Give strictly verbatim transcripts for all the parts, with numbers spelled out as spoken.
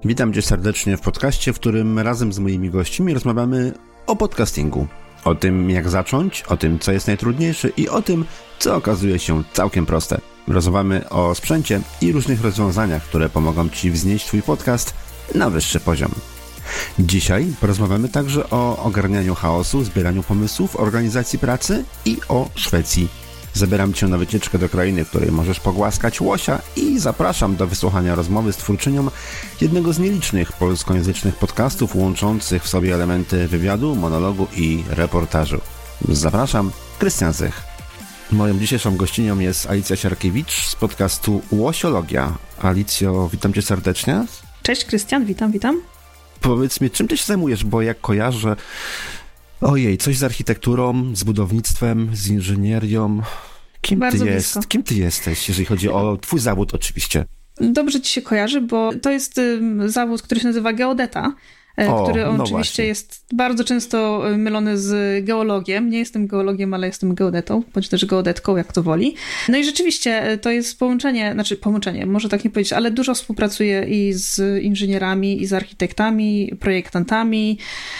Witam Cię serdecznie w podcaście, w którym razem z moimi gośćmi rozmawiamy o podcastingu. O tym, jak zacząć, o tym, co jest najtrudniejsze i o tym, co okazuje się całkiem proste. Rozmawiamy o sprzęcie i różnych rozwiązaniach, które pomogą Ci wznieść Twój podcast na wyższy poziom. Dzisiaj porozmawiamy także o ogarnianiu chaosu, zbieraniu pomysłów, organizacji pracy i o Szwecji. Zabieram Cię na wycieczkę do krainy, w której możesz pogłaskać łosia i zapraszam do wysłuchania rozmowy z twórczynią jednego z nielicznych polskojęzycznych podcastów łączących w sobie elementy wywiadu, monologu i reportażu. Zapraszam, Krystian Zych. Moją dzisiejszą gościnią jest Alicja Siarkiewicz z podcastu Łosiologia. Alicjo, witam Cię serdecznie. Cześć Krystian, witam, witam. Powiedz mi, czym Ty się zajmujesz, bo jak kojarzę... Ojej, coś z architekturą, z budownictwem, z inżynierią. Kim Bardzo ty jest? Kim ty jesteś, jeżeli chodzi o twój zawód oczywiście? Dobrze ci się kojarzy, bo to jest y, zawód, który się nazywa geodeta, y, o, który on no oczywiście właśnie. Jest bardzo często mylony z geologiem. Nie jestem geologiem, ale jestem geodetą, bądź też geodetką, jak to woli. No i rzeczywiście to jest połączenie, znaczy połączenie, może tak nie powiedzieć, ale dużo współpracuję i z inżynierami, i z architektami, projektantami,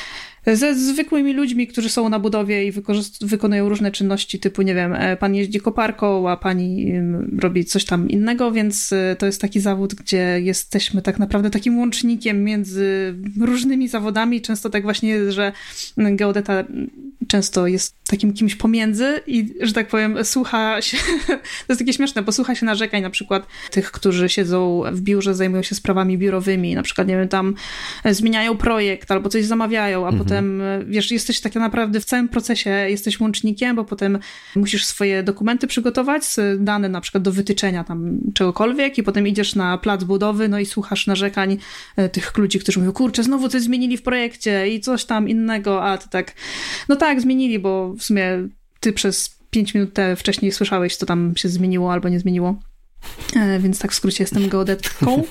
ze zwykłymi ludźmi, którzy są na budowie i wykorzyst- wykonują różne czynności typu, nie wiem, pan jeździ koparką, a pani robi coś tam innego, więc to jest taki zawód, gdzie jesteśmy tak naprawdę takim łącznikiem między różnymi zawodami. Często tak właśnie jest, że geodeta często jest takim kimś pomiędzy i, że tak powiem, słucha się, to jest takie śmieszne, bo słucha się narzekań na przykład tych, którzy siedzą w biurze, zajmują się sprawami biurowymi, na przykład, nie wiem, tam zmieniają projekt albo coś zamawiają, a mhm. potem, wiesz, jesteś tak naprawdę w całym procesie, jesteś łącznikiem, bo potem musisz swoje dokumenty przygotować, dane na przykład do wytyczenia tam czegokolwiek i potem idziesz na plac budowy, no i słuchasz narzekań tych ludzi, którzy mówią, kurczę, znowu coś zmienili w projekcie i coś tam innego, a ty tak, no tak, zmienili, bo w sumie ty przez pięć minut wcześniej słyszałeś, co tam się zmieniło albo nie zmieniło. E, więc tak w skrócie jestem geodetką.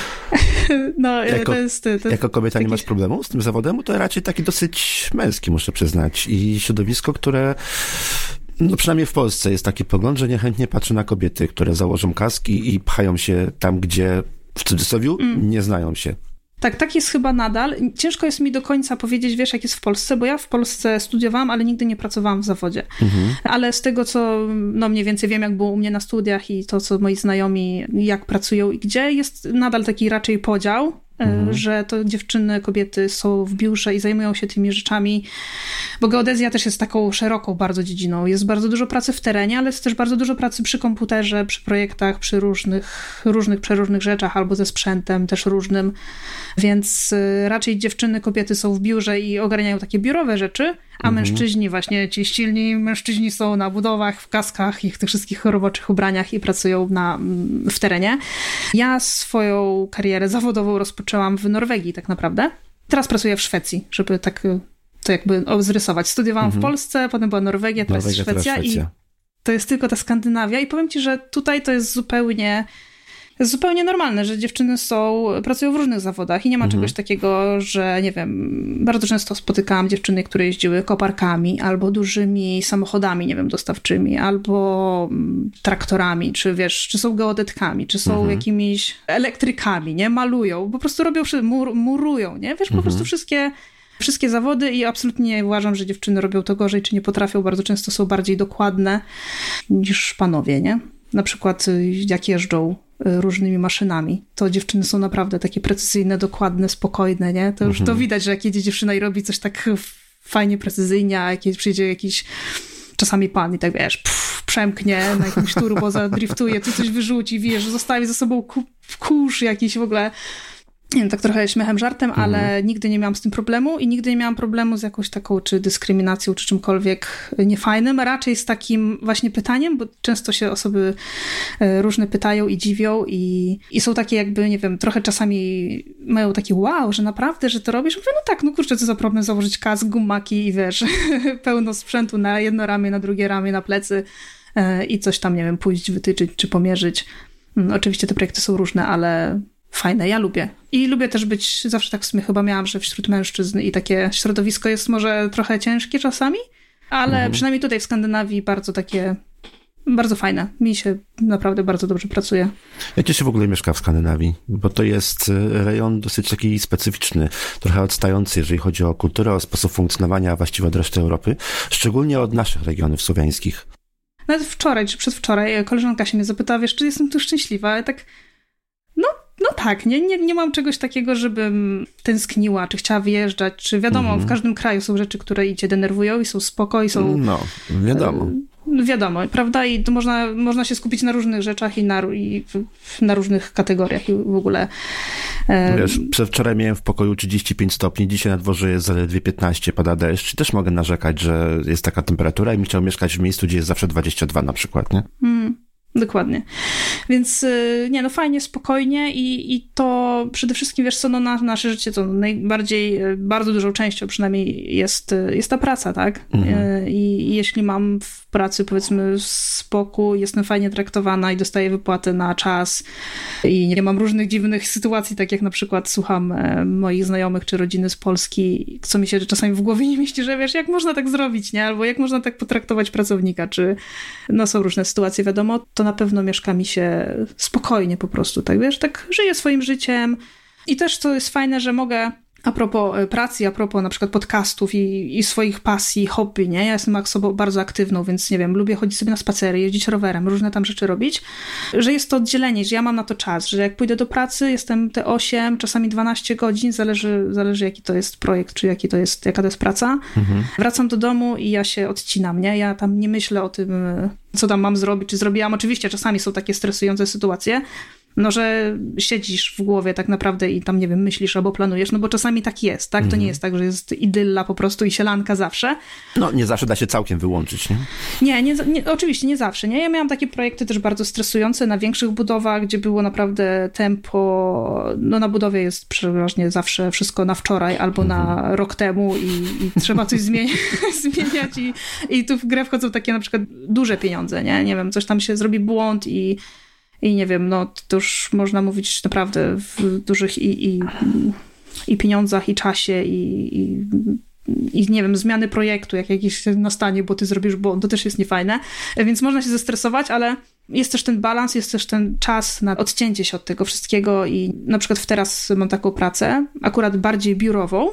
No, jako, to jest, to jest jako kobieta taki... nie masz problemu z tym zawodem? To raczej taki dosyć męski, muszę przyznać. I środowisko, które... No przynajmniej w Polsce jest taki pogląd, że niechętnie patrzy na kobiety, które założą kaski i pchają się tam, gdzie w cudzysłowie mm. nie znają się. Tak, tak jest chyba nadal. Ciężko jest mi do końca powiedzieć, wiesz, jak jest w Polsce, bo ja w Polsce studiowałam, ale nigdy nie pracowałam w zawodzie. Mhm. Ale z tego, co no mniej więcej wiem, jak było u mnie na studiach i to, co moi znajomi, jak pracują i gdzie, jest nadal taki raczej podział, mhm. że to dziewczyny, kobiety są w biurze i zajmują się tymi rzeczami, bo geodezja też jest taką szeroką bardzo dziedziną. Jest bardzo dużo pracy w terenie, ale jest też bardzo dużo pracy przy komputerze, przy projektach, przy różnych, różnych, przeróżnych rzeczach, albo ze sprzętem też różnym, więc raczej dziewczyny, kobiety są w biurze i ogarniają takie biurowe rzeczy, a mhm. mężczyźni, właśnie ci silni mężczyźni są na budowach, w kaskach i w tych wszystkich roboczych ubraniach i pracują na, w terenie. Ja swoją karierę zawodową rozpoczęłam w Norwegii tak naprawdę. Teraz pracuję w Szwecji, żeby tak to jakby zrysować. Studiowałam mhm. w Polsce, potem była Norwegia, teraz Norwegia, Szwecja, teraz Szwecja i to jest tylko ta Skandynawia i powiem ci, że tutaj to jest zupełnie jest zupełnie normalne, że dziewczyny są, pracują w różnych zawodach i nie ma mhm. czegoś takiego, że nie wiem, bardzo często spotykałam dziewczyny, które jeździły koparkami albo dużymi samochodami, nie wiem, dostawczymi, albo traktorami, czy wiesz, czy są geodetkami, czy są mhm. jakimiś elektrykami, nie? Malują, po prostu robią, mur, murują, nie? Wiesz, po mhm. prostu wszystkie Wszystkie zawody i absolutnie nie uważam, że dziewczyny robią to gorzej, czy nie potrafią. Bardzo często są bardziej dokładne niż panowie, nie? Na przykład jak jeżdżą różnymi maszynami, to dziewczyny są naprawdę takie precyzyjne, dokładne, spokojne, nie? To już mhm. to widać, że jak jedzie dziewczyna i robi coś tak fajnie, precyzyjnie, a jak przyjdzie jakiś czasami pan i tak wiesz, pff, przemknie na jakimś turbo, zadriftuje, tu coś wyrzuci, wiesz, zostawi za sobą kurz jakiś w ogóle. Nie wiem, tak trochę śmiechem, żartem, ale mhm. nigdy nie miałam z tym problemu i nigdy nie miałam problemu z jakąś taką, czy dyskryminacją, czy czymkolwiek niefajnym. Raczej z takim właśnie pytaniem, bo często się osoby różne pytają i dziwią i, i są takie jakby, nie wiem, trochę czasami mają taki wow, że naprawdę, że to robisz? Mówię, no tak, no kurczę, co za problem założyć kask, gumaki i wiesz, pełno sprzętu na jedno ramię, na drugie ramię, na plecy i coś tam, nie wiem, pójść, wytyczyć, czy pomierzyć. Oczywiście te projekty są różne, ale fajne, ja lubię. I lubię też być, zawsze tak w sumie chyba miałam, że wśród mężczyzn i takie środowisko jest może trochę ciężkie czasami, ale mhm. przynajmniej tutaj w Skandynawii bardzo takie bardzo fajne. Mi się naprawdę bardzo dobrze pracuje. Jak ci się w ogóle mieszka w Skandynawii? Bo to jest rejon dosyć taki specyficzny, trochę odstający, jeżeli chodzi o kulturę, o sposób funkcjonowania właściwie od reszty Europy, szczególnie od naszych regionów słowiańskich. Nawet wczoraj, czy przedwczoraj koleżanka się mnie zapytała, wiesz, czy jestem tu szczęśliwa? Ja tak, no, no tak, nie, nie, nie mam czegoś takiego, żebym tęskniła, czy chciała wyjeżdżać, czy wiadomo, mhm. w każdym kraju są rzeczy, które i cię denerwują i są spoko, i są... No, wiadomo. Wiadomo, prawda? I to można, można się skupić na różnych rzeczach i na, i na różnych kategoriach i w ogóle. Wiesz, przedwczoraj miałem w pokoju trzydzieści pięć stopni, dzisiaj na dworze jest zaledwie piętnaście, pada deszcz i też mogę narzekać, że jest taka temperatura i bym chciał mieszkać w miejscu, gdzie jest zawsze dwadzieścia dwa na przykład, nie? Mm. Dokładnie. Więc nie, no fajnie, spokojnie i, i to przede wszystkim, wiesz co, no na nasze życie to najbardziej, bardzo dużą częścią przynajmniej jest, jest ta praca, tak? Mhm. I, I jeśli mam w pracy, powiedzmy, spokój, jestem fajnie traktowana i dostaję wypłatę na czas i nie mam różnych dziwnych sytuacji, tak jak na przykład słucham moich znajomych czy rodziny z Polski, co mi się czasami w głowie nie mieści, że wiesz, jak można tak zrobić, nie? Albo jak można tak potraktować pracownika, czy no są różne sytuacje, wiadomo, to na pewno mieszka mi się spokojnie po prostu, tak wiesz, tak żyję swoim życiem i też to jest fajne, że mogę a propos pracy, a propos na przykład podcastów i, i swoich pasji, hobby, nie? Ja jestem osobą bardzo aktywną, więc nie wiem, lubię chodzić sobie na spacery, jeździć rowerem, różne tam rzeczy robić, że jest to oddzielenie, że ja mam na to czas, że jak pójdę do pracy, jestem te osiem, czasami dwanaście godzin, zależy, zależy jaki to jest projekt, czy jaki to jest, jaka to jest praca. Mhm. Wracam do domu i ja się odcinam, nie? Ja tam nie myślę o tym, co tam mam zrobić, czy zrobiłam. Oczywiście czasami są takie stresujące sytuacje, no, że siedzisz w głowie tak naprawdę i tam, nie wiem, myślisz albo planujesz, no bo czasami tak jest, tak? To nie jest tak, że jest idylla po prostu i sielanka zawsze. No, nie zawsze da się całkiem wyłączyć, nie? Nie, nie, nie oczywiście nie zawsze, nie? Ja miałam takie projekty też bardzo stresujące na większych budowach, gdzie było naprawdę tempo, no na budowie jest przeważnie zawsze wszystko na wczoraj albo mhm. na rok temu i, i trzeba coś zmieniać, zmieniać i, i tu w grę wchodzą takie na przykład duże pieniądze, nie? Nie wiem, coś tam się zrobi błąd i I nie wiem, no to już można mówić naprawdę w dużych i, i, i pieniądzach, i czasie, i, i, i nie wiem, zmiany projektu, jak jakiś nastanie, bo ty zrobisz błąd, to też jest niefajne. Więc można się zestresować, ale jest też ten balans, jest też ten czas na odcięcie się od tego wszystkiego i na przykład teraz mam taką pracę, akurat bardziej biurową,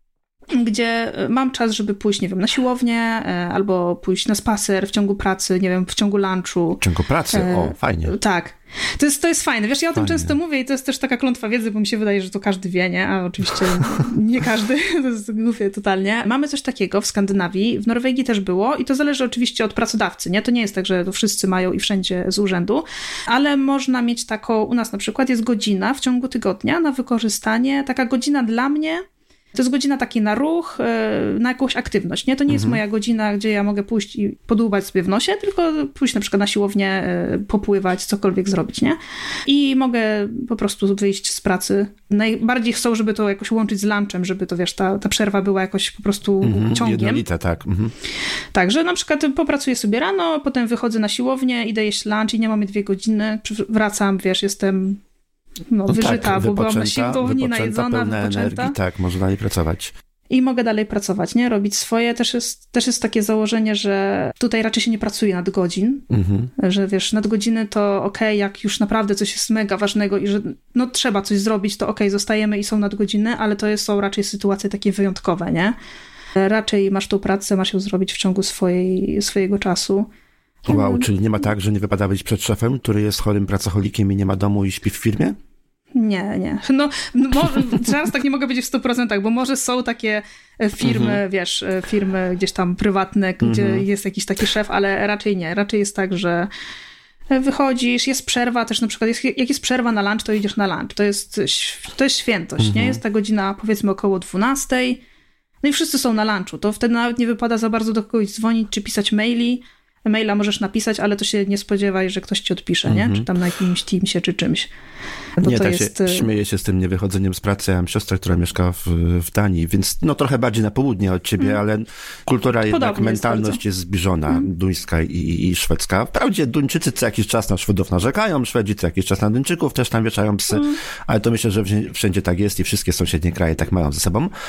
gdzie mam czas, żeby pójść, nie wiem, na siłownię, albo pójść na spacer w ciągu pracy, nie wiem, w ciągu lunchu. W ciągu pracy? O, fajnie. Tak. To jest, to jest fajne. Wiesz, ja o tym fajnie. często mówię i to jest też taka klątwa wiedzy, bo mi się wydaje, że to każdy wie, nie? A oczywiście nie każdy. To jest głupie totalnie. Mamy coś takiego w Skandynawii, w Norwegii też było i to zależy oczywiście od pracodawcy, nie? To nie jest tak, że to wszyscy mają i wszędzie z urzędu, ale można mieć taką, u nas na przykład jest godzina w ciągu tygodnia na wykorzystanie, taka godzina dla mnie. To jest godzina taki na ruch, na jakąś aktywność, nie? To nie jest mhm. moja godzina, gdzie ja mogę pójść i podłubać sobie w nosie, tylko pójść na przykład na siłownię, popływać, cokolwiek zrobić, nie? I mogę po prostu wyjść z pracy. Najbardziej chcą, żeby to jakoś łączyć z lunchem, żeby to, wiesz, ta, ta przerwa była jakoś po prostu mhm. ciągiem. Jednolita, tak. Mhm. Także na przykład popracuję sobie rano, potem wychodzę na siłownię, idę jeść lunch i nie mamy dwie godziny, wracam, wiesz, jestem... No, no wyżyta, tak, bo byłam na siłowni, najedzona, pełna wypoczęta. Energii, tak, można dalej pracować. I mogę dalej pracować, nie? Robić swoje. Też jest, też jest takie założenie, że tutaj raczej się nie pracuje nadgodzin, mhm. że wiesz, nadgodziny to okej, okay, jak już naprawdę coś jest mega ważnego i że no trzeba coś zrobić, to okej, okay, zostajemy i są nadgodziny, ale to jest, są raczej sytuacje takie wyjątkowe, nie? Raczej masz tą pracę, masz ją zrobić w ciągu swojej, swojego czasu. Wow, czyli nie ma tak, że nie wypada być przed szefem, który jest chorym pracocholikiem i nie ma domu i śpi w firmie? Nie, nie. No, może, teraz tak nie mogę powiedzieć w stu procentach, bo może są takie firmy, mhm. wiesz, firmy gdzieś tam prywatne, gdzie mhm. jest jakiś taki szef, ale raczej nie. Raczej jest tak, że wychodzisz, jest przerwa też na przykład, jest, jak jest przerwa na lunch, to idziesz na lunch. To jest, to jest świętość, mhm. nie? Jest ta godzina powiedzmy około dwunastej, no i wszyscy są na lunchu. To wtedy nawet nie wypada za bardzo do kogoś dzwonić czy pisać maili. Maila możesz napisać, ale to się nie spodziewaj, że ktoś ci odpisze, mm-hmm. nie? Czy tam na jakimś Teamsie, czy czymś. Bo nie, to tak jest... się śmieję się z tym niewychodzeniem z pracy. Ja mam siostrę, która mieszka w, w Danii, więc no trochę bardziej na południe od ciebie, mm. ale kultura jednak, Podobnie mentalność jest, jest zbliżona, mm. duńska i, i, i szwedzka. Wprawdzie Duńczycy co jakiś czas na Szwedów narzekają, Szwedzi co jakiś czas na Duńczyków też tam wieszają psy, mm. ale to myślę, że wszędzie tak jest i wszystkie sąsiednie kraje tak mają ze sobą.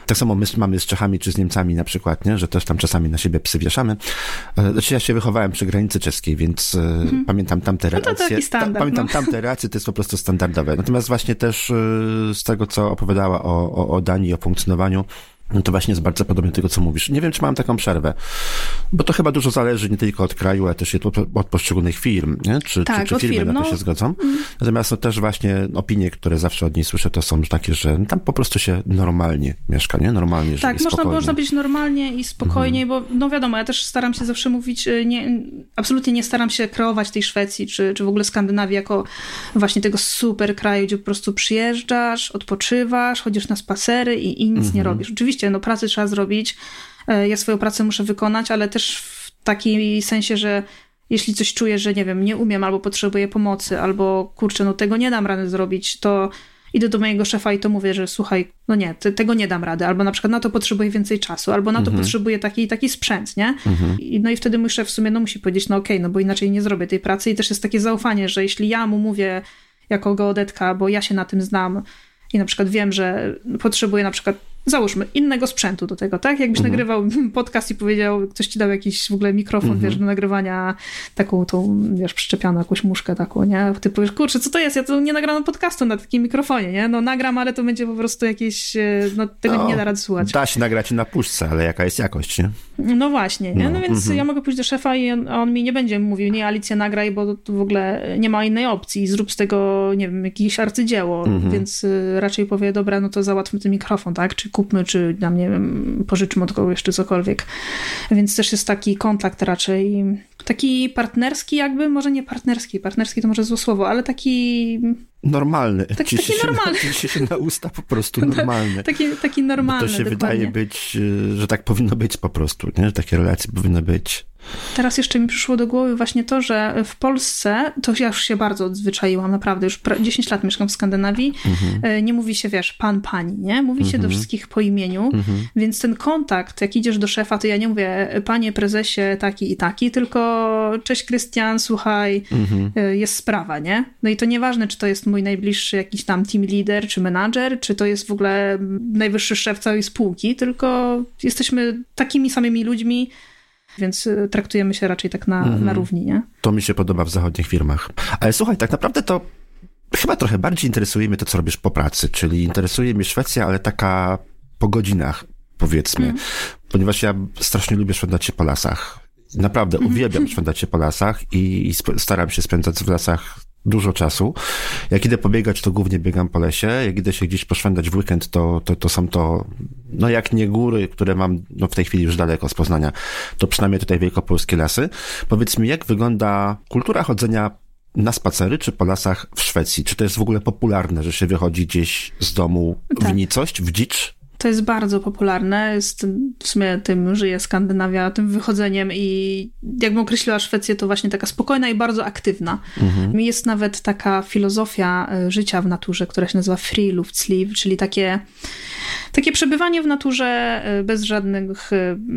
Tak samo my mamy z Czechami czy z Niemcami na przykład, nie? Że też tam czasami na siebie psy wieszamy. Znaczy ja się wychowałem przy granicy czeskiej, więc mhm. pamiętam tamte relacje. No to taki standard. Ta, pamiętam no. tamte relacje, to jest po prostu standardowe. Natomiast właśnie też z tego, co opowiadała o, o, o Danii, o funkcjonowaniu, no to właśnie jest bardzo podobnie do tego, co mówisz. Nie wiem, czy mam taką przerwę, bo to chyba dużo zależy nie tylko od kraju, ale też od poszczególnych firm, nie? Czy, tak, czy, czy firmy firm, na to no. się zgodzą. Mm. Natomiast no, też właśnie opinie, które zawsze od niej słyszę, to są takie, że tam po prostu się normalnie mieszka, nie? Normalnie żyje, tak, można, można być normalnie i spokojnie, mhm. bo no wiadomo, ja też staram się zawsze mówić, nie, absolutnie nie staram się kreować tej Szwecji, czy, czy w ogóle Skandynawii jako właśnie tego super kraju, gdzie po prostu przyjeżdżasz, odpoczywasz, chodzisz na spacery i, i nic mhm. nie robisz. Oczywiście, no pracy trzeba zrobić, ja swoją pracę muszę wykonać, ale też w takim sensie, że jeśli coś czuję, że nie wiem, nie umiem albo potrzebuję pomocy, albo kurczę, no tego nie dam rady zrobić, to idę do mojego szefa i to mówię, że słuchaj, no nie, te, tego nie dam rady, albo na przykład na to potrzebuję więcej czasu, albo na to mhm. potrzebuję taki i taki sprzęt, nie? Mhm. I, no i wtedy mój szef w sumie no musi powiedzieć, no okej, okay, no bo inaczej nie zrobię tej pracy i też jest takie zaufanie, że jeśli ja mu mówię jako geodetka, bo ja się na tym znam i na przykład wiem, że potrzebuję na przykład załóżmy, innego sprzętu do tego, tak? Jakbyś mhm. nagrywał podcast i powiedział, ktoś ci dał jakiś w ogóle mikrofon, mhm. wiesz, do nagrywania taką, tą, wiesz, przyczepioną jakąś muszkę taką, nie? Ty powiesz, kurczę, co to jest? Ja to nie nagram podcastu na takim mikrofonie, nie? No nagram, ale to będzie po prostu jakieś, no tego no, nie da rady słuchać. Da się nagrać na puszce, ale jaka jest jakość, nie? No właśnie, nie? No, no więc mhm. ja mogę pójść do szefa i on, on mi nie będzie mówił, nie, Alicja, nagraj, bo to w ogóle nie ma innej opcji. Zrób z tego, nie wiem, jakieś arcydzieło, mhm. więc raczej powie, dobra, no to załatwmy ten mikrofon, tak? Czy kupmy, czy nam, nie wiem, pożyczymy od kogoś, czy cokolwiek. Więc też jest taki kontakt raczej, taki partnerski jakby, może nie partnerski, partnerski to może złe słowo, ale taki... Normalny. Tak, taki się normalny. Na, się na usta po prostu normalny. taki, taki normalny, bo to się dokładnie. wydaje być, że tak powinno być po prostu, nie? Że takie relacje powinny być. Teraz jeszcze mi przyszło do głowy właśnie to, że w Polsce, to ja już się bardzo odzwyczaiłam, naprawdę, już dziesięć lat mieszkam w Skandynawii, mhm. nie mówi się, wiesz, pan, pani, nie? Mówi się mhm. do wszystkich po imieniu, mhm. więc ten kontakt, jak idziesz do szefa, to ja nie mówię, panie prezesie taki i taki, tylko cześć Krystian, słuchaj, mhm. jest sprawa, nie? No i to nieważne, czy to jest mój najbliższy jakiś tam team leader, czy menadżer, czy to jest w ogóle najwyższy szef całej spółki, tylko jesteśmy takimi samymi ludźmi, więc traktujemy się raczej tak na, mm-hmm. na równi, nie? To mi się podoba w zachodnich firmach. Ale słuchaj, tak naprawdę to chyba trochę bardziej interesuje mnie to, co robisz po pracy, czyli interesuje mnie Szwecja, ale taka po godzinach, powiedzmy. Mm. Ponieważ ja strasznie lubię szwendać się po lasach. Naprawdę mm. uwielbiam szwendać się po lasach i, i staram się spędzać w lasach dużo czasu. Jak idę pobiegać, to głównie biegam po lesie. Jak idę się gdzieś poszwendać w weekend, to, to, to są to, no jak nie góry, które mam no w tej chwili już daleko z Poznania, to przynajmniej tutaj wielkopolskie lasy. Powiedz mi, jak wygląda kultura chodzenia na spacery czy po lasach w Szwecji? Czy to jest w ogóle popularne, że się wychodzi gdzieś z domu tak. w nicość, w dzicz? To jest bardzo popularne. Jest, w sumie tym żyje Skandynawia, tym wychodzeniem i jakbym określiła Szwecję, to właśnie taka spokojna i bardzo aktywna. Mhm. Jest nawet taka filozofia życia w naturze, która się nazywa Friluftsliv, czyli takie, takie przebywanie w naturze bez żadnych...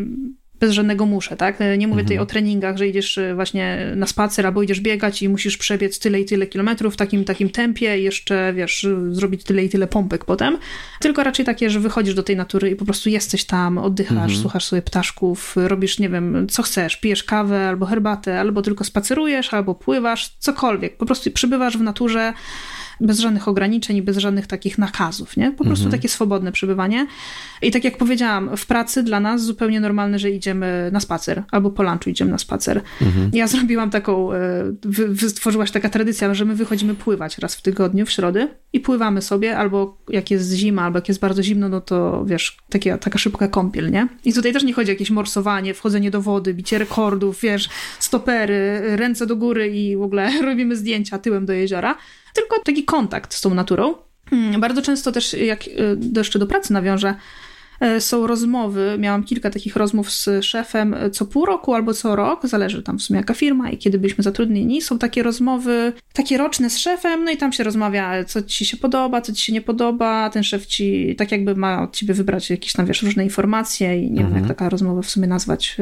bez żadnego muszę, tak? Nie mówię tutaj mhm. o treningach, że idziesz właśnie na spacer albo idziesz biegać i musisz przebiec tyle i tyle kilometrów w takim takim tempie i jeszcze, wiesz, zrobić tyle i tyle pompek potem. Tylko raczej takie, że wychodzisz do tej natury i po prostu jesteś tam, oddychasz, mhm. słuchasz sobie ptaszków, robisz, nie wiem, co chcesz, pijesz kawę albo herbatę, albo tylko spacerujesz, albo pływasz, cokolwiek. Po prostu przebywasz w naturze bez żadnych ograniczeń i bez żadnych takich nakazów, nie? Po prostu mhm. takie swobodne przebywanie. I tak jak powiedziałam, w pracy dla nas zupełnie normalne, że idziemy na spacer, albo po lunchu idziemy na spacer. Mhm. Ja zrobiłam taką, wy, wytworzyła się taka tradycja, że my wychodzimy pływać raz w tygodniu, w środę i pływamy sobie, albo jak jest zima, albo jak jest bardzo zimno, no to wiesz, takie, taka szybka kąpiel, nie? I tutaj też nie chodzi o jakieś morsowanie, wchodzenie do wody, bicie rekordów, wiesz, stopery, ręce do góry i w ogóle robimy zdjęcia tyłem do jeziora, tylko taki kontakt z tą naturą. Bardzo często też, jak jeszcze do pracy nawiążę, są rozmowy, miałam kilka takich rozmów z szefem co pół roku albo co rok, zależy tam w sumie jaka firma i kiedy byliśmy zatrudnieni. Są takie rozmowy, takie roczne z szefem, no i tam się rozmawia, co ci się podoba, co ci się nie podoba. Ten szef ci tak jakby ma od ciebie wybrać jakieś tam, wiesz, różne informacje i nie mhm. wiem, jak taka rozmowa w sumie nazwać.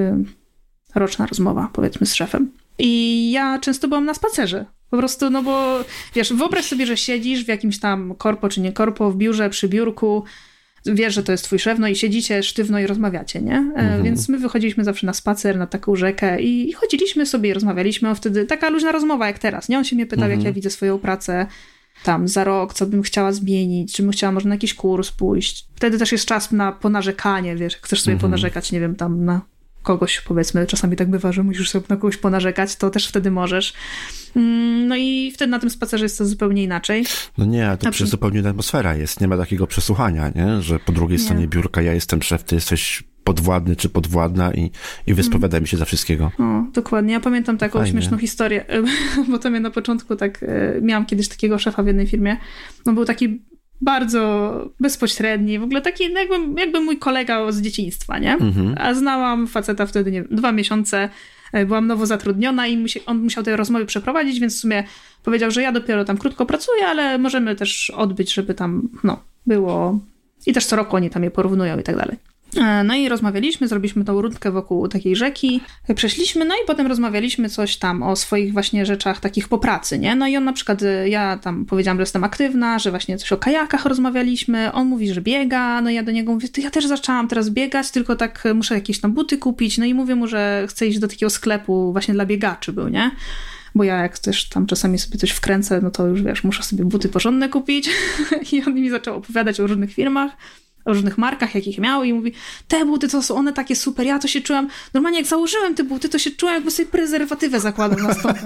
Roczna rozmowa, powiedzmy, z szefem. I ja często byłam na spacerze. Po prostu, no bo wiesz, wyobraź sobie, że siedzisz w jakimś tam korpo czy nie korpo, w biurze, przy biurku, wiesz, że to jest twój szef, no i siedzicie sztywno i rozmawiacie, nie? Mhm. Więc my wychodziliśmy zawsze na spacer, na taką rzekę i, i chodziliśmy sobie i rozmawialiśmy, o wtedy taka luźna rozmowa jak teraz, nie? On się mnie pytał, mhm. jak ja widzę swoją pracę tam za rok, co bym chciała zmienić, czy bym chciała może na jakiś kurs pójść. Wtedy też jest czas na ponarzekanie, wiesz, jak chcesz sobie mhm. ponarzekać, nie wiem, tam na kogoś, powiedzmy, czasami tak bywa, że musisz sobie na kogoś ponarzekać, to też wtedy możesz. No i wtedy na tym spacerze jest to zupełnie inaczej. No nie, to przecież zupełnie inna atmosfera jest. Nie ma takiego przesłuchania, nie? Że po drugiej nie. stronie biurka ja jestem szef, ty jesteś podwładny czy podwładna i, i wyspowiadaj mi się za wszystkiego. O, dokładnie. Ja pamiętam taką Fajnie. śmieszną historię, bo to mnie na początku tak, miałam kiedyś takiego szefa w jednej firmie. On był taki bardzo bezpośredni, w ogóle taki jakby, jakby mój kolega z dzieciństwa, nie? Mhm. A znałam faceta wtedy, nie wiem, dwa miesiące, byłam nowo zatrudniona i musi, on musiał te rozmowy przeprowadzić, więc w sumie powiedział, że ja dopiero tam krótko pracuję, ale możemy też odbyć, żeby tam, no, było... I też co roku oni tam je porównują i tak dalej. No i rozmawialiśmy, zrobiliśmy tą rundkę wokół takiej rzeki, przeszliśmy, no i potem rozmawialiśmy coś tam o swoich właśnie rzeczach takich po pracy, nie? No i on na przykład, ja tam powiedziałam, że jestem aktywna, że właśnie coś o kajakach rozmawialiśmy, on mówi, że biega, no ja do niego mówię, to ja też zaczęłam teraz biegać, tylko tak muszę jakieś tam buty kupić, no i mówię mu, że chcę iść do takiego sklepu właśnie dla biegaczy był, nie? Bo ja jak też tam czasami sobie coś wkręcę, no to już wiesz, muszę sobie buty porządne kupić i on mi zaczął opowiadać o różnych firmach, o różnych markach, jakich miał i mówi, te buty to są one takie super, ja to się czułam, normalnie jak założyłem te buty, to się czułam, jakby sobie prezerwatywę zakładał na stopę.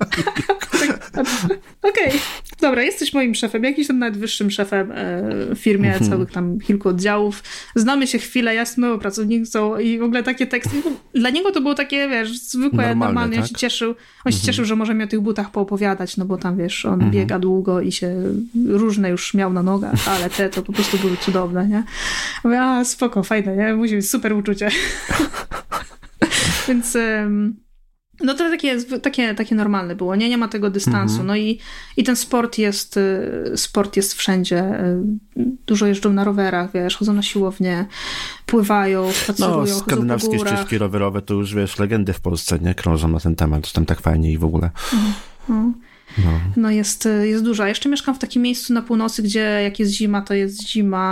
Okej, okay. Dobra, jesteś moim szefem, jakiś tam nawet wyższym szefem e, w firmie, mhm. całych tam kilku oddziałów, znamy się chwilę, ja jestem nową pracownicą i w ogóle takie teksty, dla niego to było takie, wiesz, zwykłe, normalne, normalne. Tak? On się cieszył, on mhm. się cieszył, że może mi o tych butach poopowiadać, no bo tam, wiesz, on mhm. biega długo i się różne już miał na nogach, ale te to po prostu były cudowne, nie? Mówię, a spoko, fajne, nie? Musi być super uczucie. Więc no to takie, takie, takie normalne było, nie? Nie ma tego dystansu. Mhm. No i, i ten sport jest, sport jest wszędzie. Dużo jeżdżą na rowerach, wiesz, chodzą na siłownię, pływają, spacerują, no, skandynawskie ścieżki rowerowe to już, wiesz, legendy w Polsce, nie? Krążą na ten temat, tam tak fajnie i w ogóle. Mhm. No, no jest, jest dużo. A jeszcze mieszkam w takim miejscu na północy, gdzie jak jest zima, to jest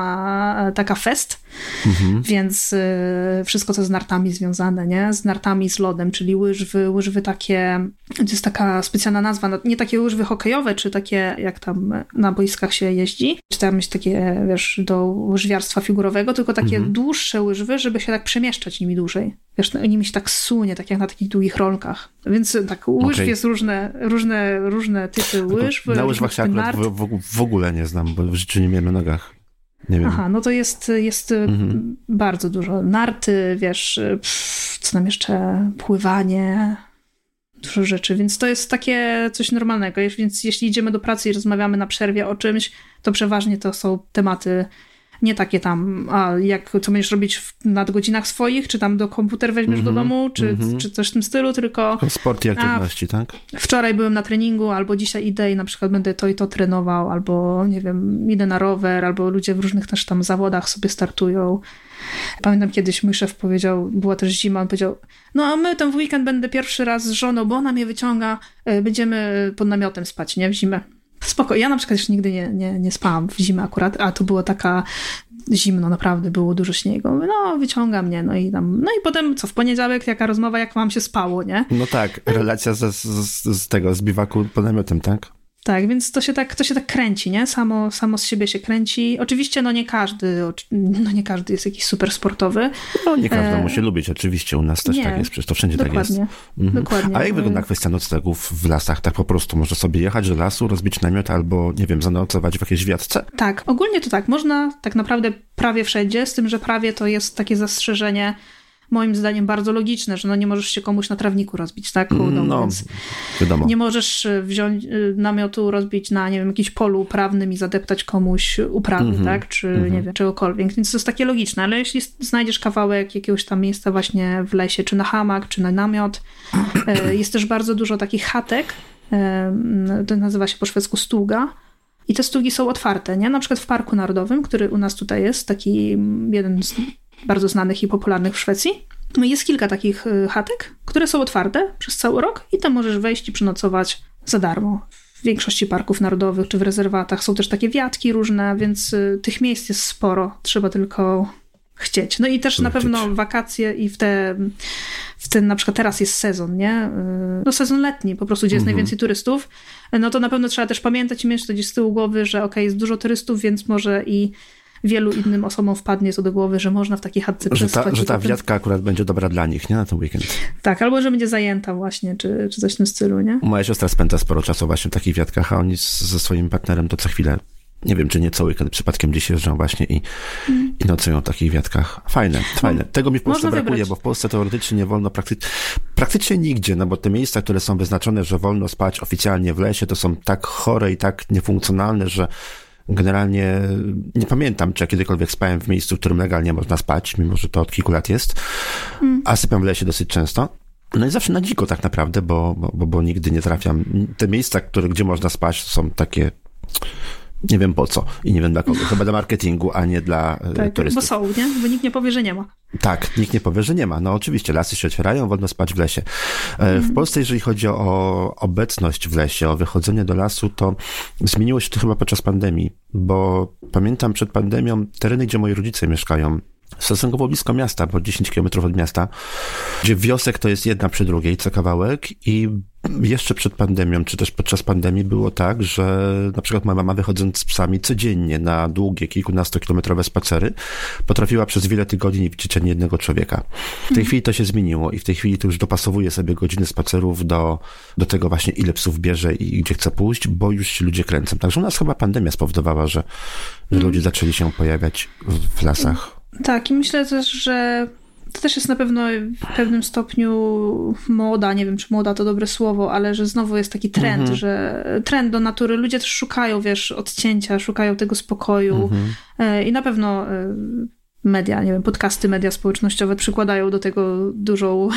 zima taka fest, mhm. więc y, wszystko co z nartami związane, nie? Z nartami, z lodem, czyli łyżwy, łyżwy takie, to jest taka specjalna nazwa, nie takie łyżwy hokejowe, czy takie jak tam na boiskach się jeździ, czy tam jest takie, wiesz, do łyżwiarstwa figurowego, tylko takie mhm. dłuższe łyżwy, żeby się tak przemieszczać nimi dłużej. Wiesz, nimi się tak sunie, tak jak na takich długich rolkach. Więc tak, łyżw okay. jest różne, różne, różne typy łyżw. Na łyżwach się akurat w, w, w ogóle nie znam, bo w życiu nie miałem na nogach. Nie wiem. Aha, no to jest, jest mhm. bardzo dużo. Narty, wiesz, pff, co tam jeszcze, pływanie, dużo rzeczy, więc to jest takie coś normalnego. Więc jeśli idziemy do pracy i rozmawiamy na przerwie o czymś, to przeważnie to są tematy nie takie tam, a jak, co będziesz robić w nadgodzinach swoich, czy tam do komputer weźmiesz mm-hmm, do domu, czy, mm-hmm. czy coś w tym stylu, tylko... Sport i aktywności, a, tak? Wczoraj byłem na treningu, albo dzisiaj idę i na przykład będę to i to trenował, albo nie wiem, idę na rower, albo ludzie w różnych też tam zawodach sobie startują. Pamiętam kiedyś mój szef powiedział, była też zima, on powiedział, no a my tam w weekend będę pierwszy raz z żoną, bo ona mnie wyciąga, będziemy pod namiotem spać, nie? W zimę. Spoko. Ja na przykład już nigdy nie, nie, nie spałam w zimę akurat, a to było taka zimno, naprawdę było dużo śniegu. Mówię, no wyciąga mnie, no i tam, no i potem co, w poniedziałek jaka rozmowa, jak wam się spało, nie? No tak, relacja z, z, z tego, z biwaku pod namiotem, tak? Tak, więc to się tak, to się tak kręci, nie? Samo, samo z siebie się kręci. Oczywiście, no nie każdy, no nie każdy jest jakiś super sportowy. No nie każdy e... musi lubić, oczywiście u nas też nie, tak jest, przecież to wszędzie dokładnie, tak jest. Mhm. Dokładnie. A jak wygląda kwestia noclegów w lasach? Tak po prostu można sobie jechać do lasu, rozbić namiot albo, nie wiem, zanocować w jakiejś wiatce? Tak, ogólnie to tak, można tak naprawdę prawie wszędzie, z tym, że prawie to jest takie zastrzeżenie moim zdaniem bardzo logiczne, że no nie możesz się komuś na trawniku rozbić, tak? No, no więc wiadomo. Nie możesz wziąć namiotu, rozbić na, nie wiem, jakimś polu uprawnym i zadeptać komuś uprawy, mm-hmm. tak? Czy, mm-hmm. nie wiem, czegokolwiek. Więc to jest takie logiczne, ale jeśli znajdziesz kawałek jakiegoś tam miejsca właśnie w lesie, czy na hamak, czy na namiot, jest też bardzo dużo takich chatek, to nazywa się po szwedzku stuga, i te stugi są otwarte, nie? Na przykład w Parku Narodowym, który u nas tutaj jest, taki jeden z bardzo znanych i popularnych w Szwecji. Jest kilka takich chatek, które są otwarte przez cały rok i tam możesz wejść i przenocować za darmo. w większości parków narodowych czy w rezerwatach są też takie wiatki różne, więc tych miejsc jest sporo. Trzeba tylko chcieć. No i też na pewno wakacje i w te, w ten, na przykład teraz jest sezon, nie? No sezon letni, po prostu, gdzie jest mhm. najwięcej turystów, no to na pewno trzeba też pamiętać i mieć to gdzieś z tyłu głowy, że okej, okay, jest dużo turystów, więc może i wielu innym osobom wpadnie to do głowy, że można w takiej chatce przespać. Że ta, że ta wiatka akurat będzie dobra dla nich, nie? Na ten weekend. Tak, albo że będzie zajęta właśnie, czy, czy coś w tym stylu, nie? Moja siostra spędza sporo czasu właśnie w takich wiatkach, a oni z, ze swoim partnerem to co chwilę, nie wiem, czy nie co weekend, przypadkiem gdzieś jeżdżą właśnie i, mm. i nocują w takich wiatkach. Fajne, fajne. Tego mi w Polsce brakuje, wybrać. Bo w Polsce teoretycznie nie wolno praktycznie, praktycznie nigdzie, no bo te miejsca, które są wyznaczone, że wolno spać oficjalnie w lesie, to są tak chore i tak niefunkcjonalne, że generalnie nie pamiętam, czy ja kiedykolwiek spałem w miejscu, w którym legalnie można spać, mimo że to od kilku lat jest, mm. a sypiam w lesie dosyć często. No i zawsze na dziko tak naprawdę, bo, bo, bo, bo nigdy nie trafiam. Te miejsca, które, gdzie można spać, są takie... Nie wiem po co i nie wiem dla kogo. Chyba dla marketingu, a nie dla tak, turystów. Bo są, nie? Bo nikt nie powie, że nie ma. Tak, nikt nie powie, że nie ma. No oczywiście, lasy się otwierają, wolno spać w lesie. Mm. W Polsce, jeżeli chodzi o obecność w lesie, o wychodzenie do lasu, to zmieniło się to chyba podczas pandemii, bo pamiętam przed pandemią tereny, gdzie moi rodzice mieszkają, stosunkowo blisko miasta, bo dziesięć kilometrów od miasta, gdzie wiosek to jest jedna przy drugiej, co kawałek i jeszcze przed pandemią, czy też podczas pandemii było tak, że na przykład moja mama wychodząc z psami codziennie na długie, kilkunastokilometrowe spacery, potrafiła przez wiele tygodni nie widzieć ani jednego człowieka. W tej chwili to się zmieniło i w tej chwili to już dopasowuje sobie godziny spacerów do, do tego właśnie, ile psów bierze i gdzie chce pójść, bo już się ludzie kręcą. Także u nas chyba pandemia spowodowała, że, że ludzie zaczęli się pojawiać w, w lasach. Tak, i myślę też, że to też jest na pewno w pewnym stopniu moda, nie wiem, czy moda to dobre słowo, ale że znowu jest taki trend, mhm. że trend do natury. Ludzie też szukają, wiesz, odcięcia, szukają tego spokoju mhm. i na pewno media, nie wiem, podcasty, media społecznościowe przykładają do tego dużą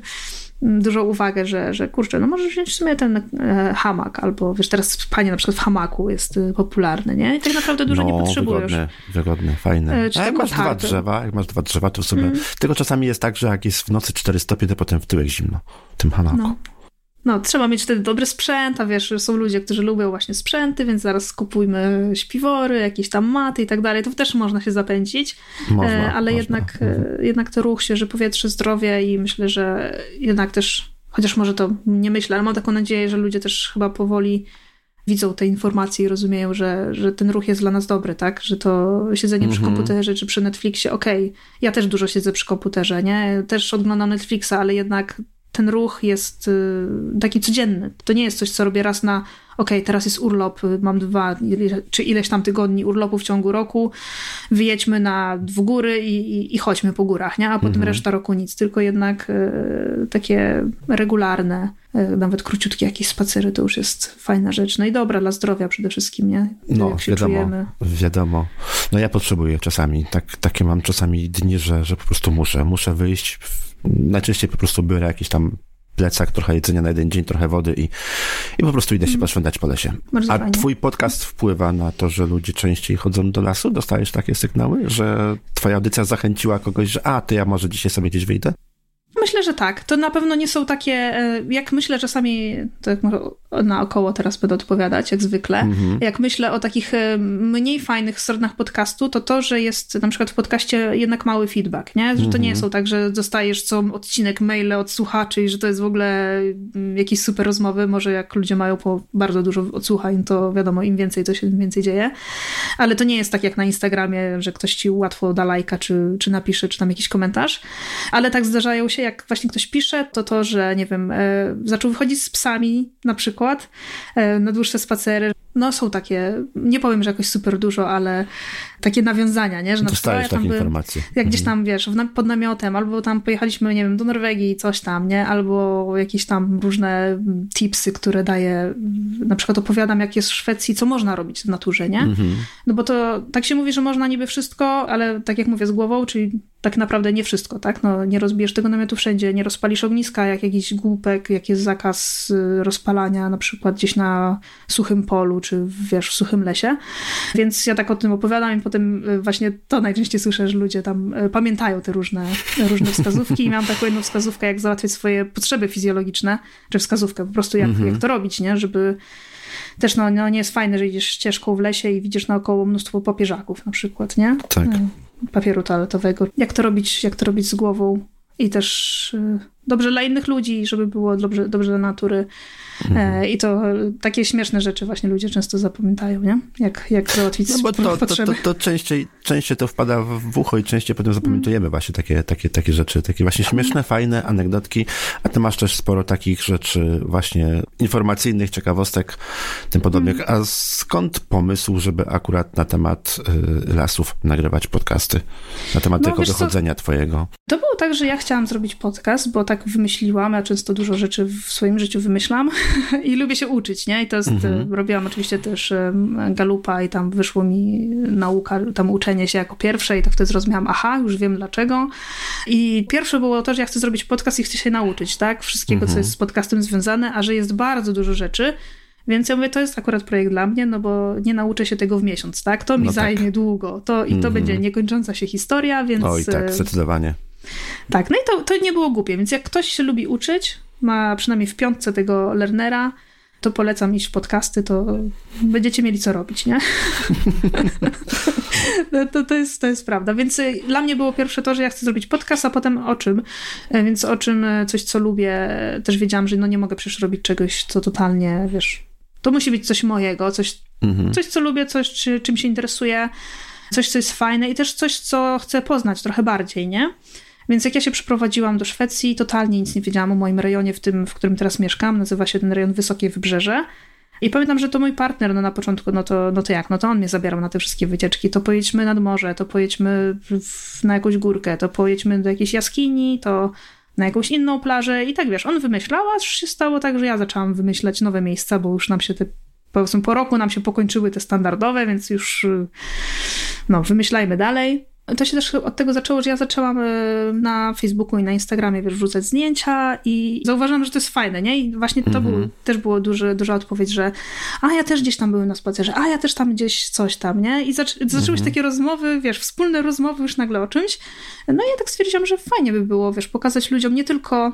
dużą uwagę, że, że kurczę, no możesz wziąć w sumie ten e, hamak, albo wiesz, teraz spanie na przykład w hamaku jest y, popularne, nie? I tak naprawdę dużo no, nie potrzebujesz. Wygodne, wygodne, fajne. E, A jak masz dwa drzewa, jak masz dwa drzewa, to sobie... Mm. Tylko czasami jest tak, że jak jest w nocy cztery stopnie, to potem w tyłek zimno w tym hamaku. No. No, trzeba mieć wtedy dobry sprzęt, a wiesz, są ludzie, którzy lubią właśnie sprzęty, więc zaraz kupujmy śpiwory, jakieś tam maty i tak dalej, to też można się zapędzić, można, e, ale można. Jednak, mhm. jednak to ruch, świeże powietrze, zdrowie i myślę, że jednak też, chociaż może to nie myślę, ale mam taką nadzieję, że ludzie też chyba powoli widzą te informacje i rozumieją, że, że ten ruch jest dla nas dobry, tak? Że to siedzenie mm-hmm. przy komputerze czy przy Netflixie, okej, okay, ja też dużo siedzę przy komputerze, nie? Też oglądam Netflixa, ale jednak ten ruch jest y, taki codzienny. To nie jest coś, co robię raz na okej, okay, teraz jest urlop, mam dwa czy ileś tam tygodni urlopu w ciągu roku, wyjedźmy na w góry i, i, i chodźmy po górach, nie? A potem mhm. reszta roku nic. Tylko jednak y, takie regularne, y, nawet króciutkie jakieś spacery, to już jest fajna rzecz. No i dobra dla zdrowia przede wszystkim, nie? No, jak się wiadomo, czujemy. wiadomo. No ja potrzebuję czasami. Tak, takie mam czasami dni, że, że po prostu muszę. Muszę wyjść. Najczęściej po prostu biorę jakiś tam plecak, trochę jedzenia na jeden dzień, trochę wody i, i po prostu idę się mm. poszwędzać po lesie. Bardzo A fajnie. Twój podcast wpływa na to, że ludzie częściej chodzą do lasu? Dostajesz takie sygnały, że twoja audycja zachęciła kogoś, że a, to ja może dzisiaj sobie gdzieś wyjdę? Myślę, że tak. To na pewno nie są takie, jak myślę czasami, to jak może naokoło teraz będę odpowiadać, jak zwykle, mm-hmm. jak myślę o takich mniej fajnych stronach podcastu, to to, że jest na przykład w podcaście jednak mały feedback, nie? Że to mm-hmm. nie są tak, że dostajesz co odcinek maile od słuchaczy i że to jest w ogóle jakieś super rozmowy. Może jak ludzie mają po bardzo dużo odsłuchań, to wiadomo, im więcej, to się im więcej dzieje. Ale to nie jest tak jak na Instagramie, że ktoś ci łatwo da lajka, czy, czy napisze, czy tam jakiś komentarz. Ale tak zdarzają się, jak właśnie ktoś pisze, to to, że nie wiem, e, zaczął wychodzić z psami na przykład e, na dłuższe spacery. No są takie, nie powiem, że jakoś super dużo, ale takie nawiązania, nie? Że na Dostajesz takie byłem, informacje. Jak gdzieś tam, wiesz, pod namiotem, albo tam pojechaliśmy, nie wiem, do Norwegii, coś tam, nie? Albo jakieś tam różne tipsy, które daję, na przykład opowiadam, jak jest w Szwecji, co można robić w naturze, nie? Mhm. No bo to tak się mówi, że można niby wszystko, ale tak jak mówię, z głową, czyli tak naprawdę nie wszystko, tak? No nie rozbijesz tego namiotu wszędzie, nie rozpalisz ogniska, jak jakiś głupek, jak jest zakaz rozpalania, na przykład gdzieś na suchym polu, czy wiesz, w suchym lesie. Więc ja tak o tym opowiadam i potem właśnie to najczęściej słyszę, że ludzie tam pamiętają te różne, różne wskazówki i miałam taką jedną wskazówkę, jak załatwiać swoje potrzeby fizjologiczne, czy wskazówkę po prostu jak, mm-hmm. jak to robić, nie? Żeby też no, no nie jest fajne, że idziesz ścieżką w lesie i widzisz naokoło mnóstwo papieżaków na przykład, nie? Tak. Papieru toaletowego. Jak to robić, jak to robić z głową i też y, dobrze dla innych ludzi, żeby było dobrze, dobrze dla natury. Mhm. I to takie śmieszne rzeczy właśnie ludzie często zapamiętają, nie? Jak, jak załatwić no bo to, potrzeby. To, to, to częściej, częściej to wpada w ucho i częściej potem zapamiętujemy mm. właśnie takie, takie, takie rzeczy, takie właśnie śmieszne, fajne anegdotki, a ty masz też sporo takich rzeczy właśnie informacyjnych, ciekawostek, tym podobnych. Mm. A skąd pomysł, żeby akurat na temat y, lasów nagrywać podcasty? Na temat no, tego dochodzenia co? twojego? To było tak, że ja chciałam zrobić podcast, bo tak wymyśliłam, ja często dużo rzeczy w swoim życiu wymyślam i lubię się uczyć, nie? I to jest, mm-hmm. robiłam oczywiście też Galupa i tam wyszło mi nauka, tam uczenie się jako pierwsze i to wtedy zrozumiałam, aha, już wiem dlaczego. I pierwsze było to, że ja chcę zrobić podcast i chcę się nauczyć, tak? Wszystkiego, mm-hmm. co jest z podcastem związane, a że jest bardzo dużo rzeczy, więc ja mówię, to jest akurat projekt dla mnie, no bo nie nauczę się tego w miesiąc, tak? To mi no zajmie tak. długo. To, I to mm-hmm. będzie niekończąca się historia, więc... Oj, tak, zdecydowanie. Tak, no i to, to nie było głupie, więc jak ktoś się lubi uczyć, ma przynajmniej w piątce tego learnera, to polecam iść w podcasty, to będziecie mieli co robić, nie? no, to, to, jest, to jest prawda. Więc dla mnie było pierwsze to, że ja chcę zrobić podcast, a potem o czym. Więc o czym, coś co lubię. Też wiedziałam, że no nie mogę przecież robić czegoś, co totalnie, wiesz, to musi być coś mojego, coś, mhm. coś co lubię, coś, czy, czym się interesuję, coś, co jest fajne i też coś, co chcę poznać trochę bardziej, nie? Więc jak ja się przeprowadziłam do Szwecji, totalnie nic nie wiedziałam o moim rejonie, w tym, w którym teraz mieszkam. Nazywa się ten rejon Wysokie Wybrzeże. I pamiętam, że to mój partner, no na początku, no to, no to jak? No to on mnie zabierał na te wszystkie wycieczki. To pojedźmy nad morze, to pojedźmy w, na jakąś górkę, to pojedźmy do jakiejś jaskini, to na jakąś inną plażę. I tak wiesz, on wymyślał, a się stało tak, że ja zaczęłam wymyślać nowe miejsca, bo już nam się te, powiedzmy po roku nam się pokończyły te standardowe, więc już no wymyślajmy dalej. To się też od tego zaczęło, że ja zaczęłam na Facebooku i na Instagramie wiesz, wrzucać zdjęcia i zauważyłam, że to jest fajne, nie? I właśnie to mm-hmm. był, też było duży, duża odpowiedź, że a ja też gdzieś tam byłem na spacerze, a ja też tam gdzieś coś tam, nie? I zac- zaczęły się mm-hmm. takie rozmowy, wiesz, wspólne rozmowy już nagle o czymś. No i ja tak stwierdziłam, że fajnie by było, wiesz, pokazać ludziom nie tylko...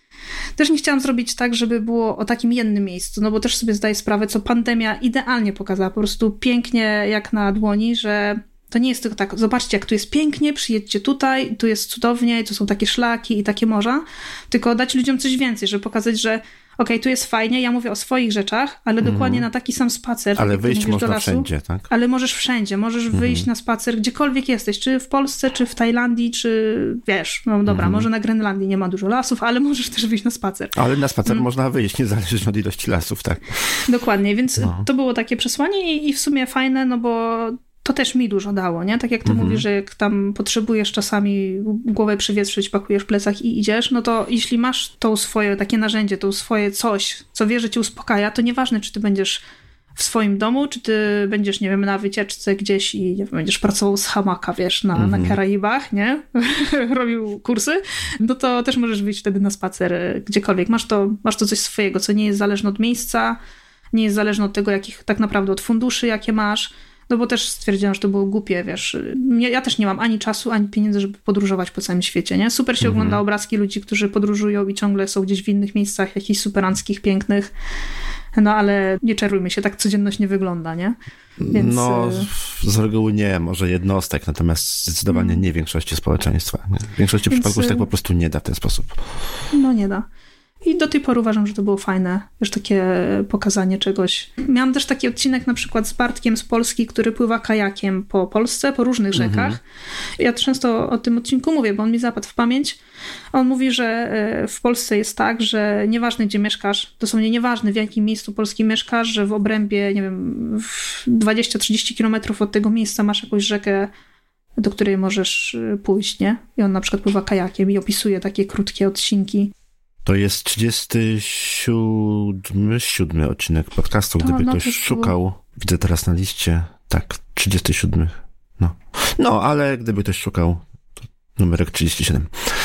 Też nie chciałam zrobić tak, żeby było o takim jednym miejscu, no bo też sobie zdaję sprawę, co pandemia idealnie pokazała, po prostu pięknie jak na dłoni, że to nie jest tylko tak, zobaczcie jak tu jest pięknie, przyjedźcie tutaj, tu jest cudownie, tu są takie szlaki i takie morza, tylko dać ludziom coś więcej, żeby pokazać, że okej, okay, tu jest fajnie, ja mówię o swoich rzeczach, ale mm. dokładnie na taki sam spacer. Ale wyjść można lasu, wszędzie, tak? Ale możesz wszędzie, możesz mm. wyjść na spacer gdziekolwiek jesteś, czy w Polsce, czy w Tajlandii, czy wiesz, no dobra, mm. może na Grenlandii nie ma dużo lasów, ale możesz też wyjść na spacer. Ale na spacer mm. można wyjść, niezależnie od ilości lasów, tak? Dokładnie, więc no. to było takie przesłanie i, i w sumie fajne, no bo to też mi dużo dało, nie? Tak jak ty mhm. mówisz, że jak tam potrzebujesz czasami głowę przywietrzyć, pakujesz plecak i idziesz, no to jeśli masz to swoje takie narzędzie, to swoje coś, co wiesz, że cię uspokaja, to nieważne, czy ty będziesz w swoim domu, czy ty będziesz, nie wiem, na wycieczce gdzieś i nie wiem, będziesz pracował z hamaka, wiesz, na, mhm. na Karaibach, nie? Robił kursy, no to też możesz wyjść wtedy na spacer gdziekolwiek. Masz to, masz to coś swojego, co nie jest zależne od miejsca, nie jest zależne od tego, jakich tak naprawdę od funduszy, jakie masz. No bo też stwierdziłam, że to było głupie, wiesz. Ja, ja też nie mam ani czasu, ani pieniędzy, żeby podróżować po całym świecie, nie? Super się mhm. ogląda obrazki ludzi, którzy podróżują i ciągle są gdzieś w innych miejscach, jakichś superanckich, pięknych. No ale nie czarujmy się, tak codzienność nie wygląda, nie? Więc... No, z reguły nie, może jednostek, natomiast zdecydowanie nie większości społeczeństwa. Nie? W większości Więc... przypadków się tak po prostu nie da w ten sposób. No nie da. I do tej pory uważam, że to było fajne, wiesz, takie pokazanie czegoś. Miałam też taki odcinek na przykład z Bartkiem z Polski, który pływa kajakiem po Polsce, po różnych rzekach. Mhm. Ja często o tym odcinku mówię, bo on mi zapadł w pamięć. On mówi, że w Polsce jest tak, że nieważne gdzie mieszkasz, dosłownie nieważne w jakim miejscu Polski mieszkasz, że w obrębie, nie wiem, dwadzieścia trzydzieści kilometrów od tego miejsca masz jakąś rzekę, do której możesz pójść, nie? I on na przykład pływa kajakiem i opisuje takie krótkie odcinki. To jest trzydziesty siódmy, siódmy odcinek podcastu, gdyby no, ktoś szukał. Widzę teraz na liście. Tak, trzydziesty siódmy. No. no, ale gdyby ktoś szukał, to numerek trzydzieści siedem.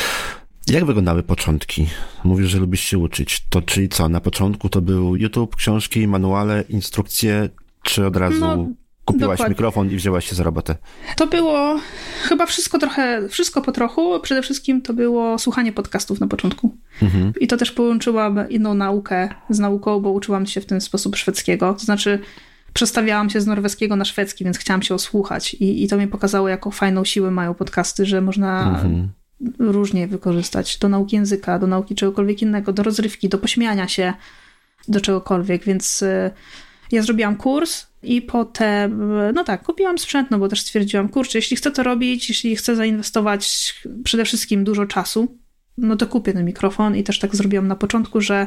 Jak wyglądały początki? Mówisz, że lubisz się uczyć. To czyli co? Na początku to był YouTube, książki, manuale, instrukcje, czy od razu... No, kupiłaś Dokładnie. mikrofon i wzięłaś się za robotę? To było chyba wszystko trochę, wszystko po trochu. Przede wszystkim to było słuchanie podcastów na początku. Mhm. I to też połączyłam inną naukę z nauką, bo uczyłam się w ten sposób szwedzkiego. To znaczy przestawiałam się z norweskiego na szwedzki, więc chciałam się osłuchać. I, i to mi pokazało, jaką fajną siłę mają podcasty, że można mhm. różnie wykorzystać do nauki języka, do nauki czegokolwiek innego, do rozrywki, do pośmiania się, do czegokolwiek. Więc ja zrobiłam kurs i potem, no tak, kupiłam sprzęt, no bo też stwierdziłam, kurczę, jeśli chcę to robić, jeśli chcę zainwestować przede wszystkim dużo czasu, no to kupię ten mikrofon i też tak zrobiłam na początku, że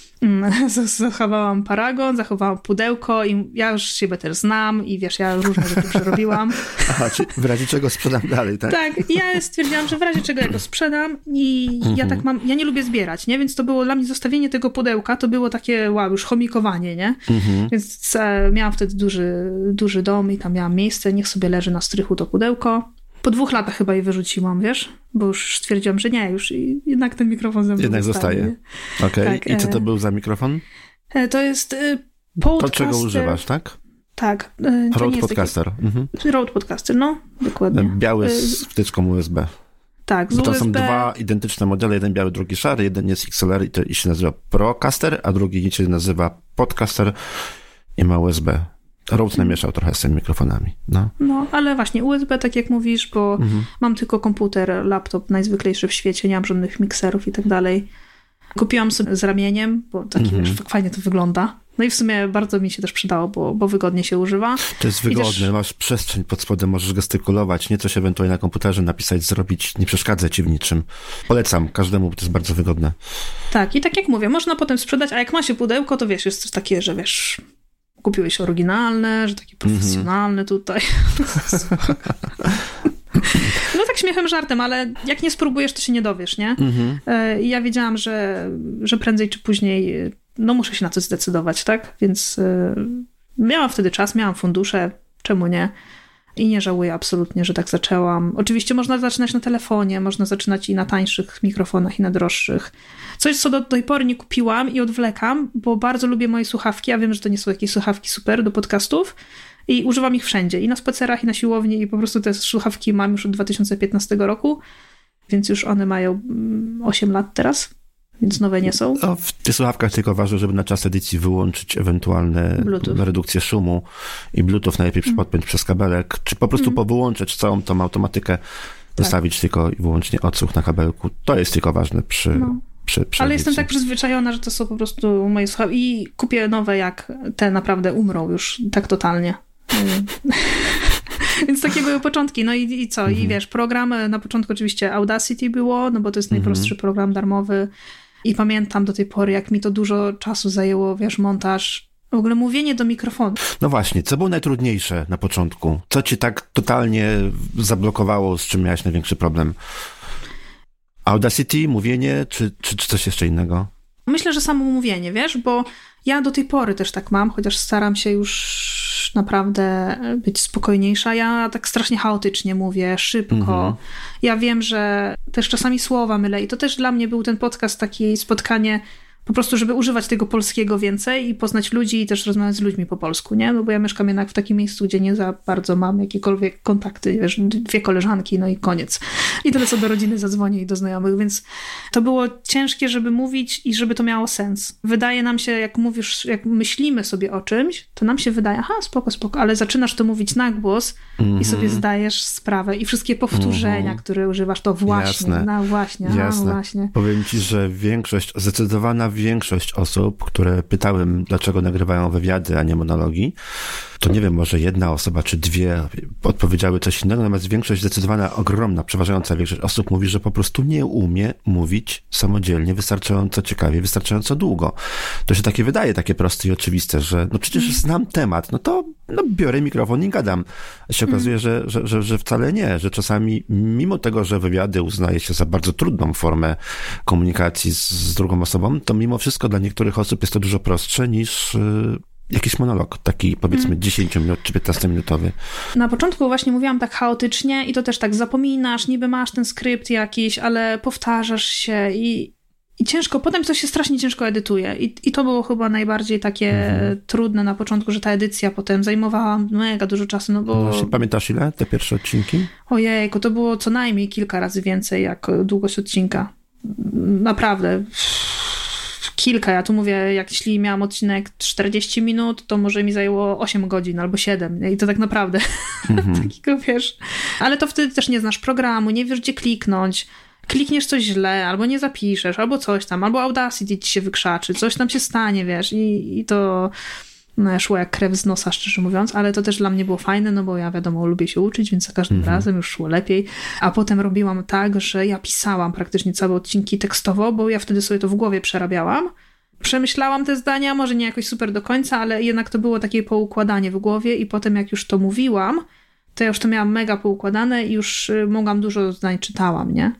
zachowałam paragon, zachowałam pudełko i ja już siebie też znam i wiesz, ja różne rzeczy przerobiłam. Aha, czyli w razie czego sprzedam dalej, tak? Tak, ja stwierdziłam, że w razie czego ja go sprzedam i mhm. ja tak mam, ja nie lubię zbierać, nie? Więc to było dla mnie zostawienie tego pudełka, to było takie, wow, już chomikowanie, nie? Mhm. Więc e, miałam wtedy duży, duży dom i tam miałam miejsce, niech sobie leży na strychu to pudełko. Po dwóch latach chyba je wyrzuciłam, wiesz? Bo już stwierdziłam, że nie, już jednak ten mikrofon ze mną Jednak zostaje. zostaje. Okej. Okay. Tak, I co to był za mikrofon? To jest Podcaster. To, czego używasz, tak? Tak. Rode Podcaster. Taki... Mhm. Rode Podcaster, no, dokładnie. Biały z wtyczką U S B. Tak, z Bo to U S B. są dwa identyczne modele, jeden biały, drugi szary, jeden jest X L R i, to, i się nazywa Procaster, a drugi się nazywa Podcaster i ma U S B. Rode namieszał trochę z tymi mikrofonami. No. no, ale właśnie U S B, tak jak mówisz, bo mhm. mam tylko komputer, laptop najzwyklejszy w świecie, nie mam żadnych mikserów i tak dalej. Kupiłam sobie z ramieniem, bo taki, mhm. wiesz, fajnie to wygląda. No i w sumie bardzo mi się też przydało, bo, bo wygodnie się używa. To jest wygodne, też... masz przestrzeń pod spodem, możesz gestykulować, nie coś ewentualnie na komputerze napisać, zrobić, nie przeszkadza ci w niczym. Polecam każdemu, bo to jest bardzo wygodne. Tak, i tak jak mówię, można potem sprzedać, a jak ma się pudełko, to wiesz, jest coś takie, że wiesz... Kupiłeś oryginalne, że takie profesjonalne mm-hmm. tutaj. No tak śmiechem, żartem, ale jak nie spróbujesz, to się nie dowiesz, nie? Mm-hmm. I ja wiedziałam, że, że prędzej czy później no muszę się na coś zdecydować, tak? Więc y, miałam wtedy czas, miałam fundusze, czemu nie? I nie żałuję absolutnie, że tak zaczęłam. Oczywiście można zaczynać na telefonie, można zaczynać i na tańszych mikrofonach, i na droższych. Coś, co do tej pory nie kupiłam i odwlekam, bo bardzo lubię moje słuchawki. Ja wiem, że to nie są jakieś słuchawki super do podcastów i używam ich wszędzie. I na spacerach, i na siłowni, i po prostu te słuchawki mam już od dwa tysiące piętnastego roku, więc już one mają osiem lat teraz. Więc nowe nie są. No, w tych słuchawkach tylko ważne, żeby na czas edycji wyłączyć ewentualne Bluetooth. redukcję szumu i Bluetooth najlepiej mm. podpiąć przez kabelek, czy po prostu mm. powyłączać całą tą automatykę, wystawić tak. tylko i wyłącznie odsłuch na kabelku. To jest tylko ważne przy, no. przy, przy Ale edycji. jestem tak przyzwyczajona, że to są po prostu moje słuchawki i kupię nowe, jak te naprawdę umrą już tak totalnie. Więc takie były początki. No i, i co? Mm-hmm. I wiesz, program na początku oczywiście Audacity było, no bo to jest najprostszy mm-hmm. program darmowy. I pamiętam do tej pory, jak mi to dużo czasu zajęło, wiesz, montaż, w ogóle mówienie do mikrofonu. No właśnie, co było najtrudniejsze na początku? Co ci tak totalnie zablokowało, z czym miałeś największy problem? Audacity, mówienie, czy, czy, czy coś jeszcze innego? Myślę, że samo mówienie, wiesz, bo ja do tej pory też tak mam, chociaż staram się już naprawdę być spokojniejsza. Ja tak strasznie chaotycznie mówię, szybko. Mhm. Ja wiem, że też czasami słowa mylę i to też dla mnie był ten podcast, takie spotkanie po prostu, żeby używać tego polskiego więcej i poznać ludzi i też rozmawiać z ludźmi po polsku, nie? No bo ja mieszkam jednak w takim miejscu, gdzie nie za bardzo mam jakiekolwiek kontakty, wiesz, dwie koleżanki, no i koniec. I tyle co do rodziny zadzwonię i do znajomych, więc to było ciężkie, żeby mówić i żeby to miało sens. Wydaje nam się, jak mówisz, jak myślimy sobie o czymś, to nam się wydaje, aha, spoko, spoko, ale zaczynasz to mówić na głos mm-hmm. i sobie zdajesz sprawę i wszystkie powtórzenia, mm-hmm. które używasz, to właśnie, Jasne. no właśnie, aha, Jasne. no właśnie. Powiem ci, że większość, zdecydowana większość osób, które pytałem, dlaczego nagrywają wywiady, a nie monologi, to nie wiem, może jedna osoba czy dwie odpowiedziały coś innego, natomiast większość, zdecydowana, ogromna, przeważająca większość osób mówi, że po prostu nie umie mówić samodzielnie, wystarczająco ciekawie, wystarczająco długo. To się takie wydaje, takie proste i oczywiste, że no przecież mm. znam temat, no to no biorę mikrofon i gadam. A się okazuje, mm. że, że, że, że wcale nie, że czasami mimo tego, że wywiady uznaje się za bardzo trudną formę komunikacji z, z drugą osobą, to mimo wszystko dla niektórych osób jest to dużo prostsze niż yy, jakiś monolog, taki powiedzmy hmm. dziesięć minut czy piętnastominutowy. Na początku właśnie mówiłam tak chaotycznie i to też tak zapominasz, niby masz ten skrypt jakiś, ale powtarzasz się i I ciężko, potem to się strasznie ciężko edytuje. I, i to było chyba najbardziej takie mhm. trudne na początku, że ta edycja potem zajmowała mega dużo czasu, no bo... No właśnie, pamiętasz ile? Te pierwsze odcinki? Ojejku, to było co najmniej kilka razy więcej jak długość odcinka. Naprawdę. Kilka, ja tu mówię, jak jeśli miałam odcinek czterdzieści minut, to może mi zajęło osiem godzin albo siedem. I to tak naprawdę mhm. takiego, wiesz. Ale to wtedy też nie znasz programu, nie wiesz, gdzie kliknąć. Klikniesz coś źle, albo nie zapiszesz, albo coś tam, albo Audacity ci się wykrzaczy, coś tam się stanie, wiesz. I, i to no, szło jak krew z nosa, szczerze mówiąc, ale to też dla mnie było fajne, no bo ja wiadomo, lubię się uczyć, więc za każdym mhm. razem już szło lepiej. A potem robiłam tak, że ja pisałam praktycznie całe odcinki tekstowo, bo ja wtedy sobie to w głowie przerabiałam. Przemyślałam te zdania, może nie jakoś super do końca, ale jednak to było takie poukładanie w głowie i potem jak już to mówiłam, to ja już to miałam mega poukładane i już mogłam, dużo zdań czytałam, nie?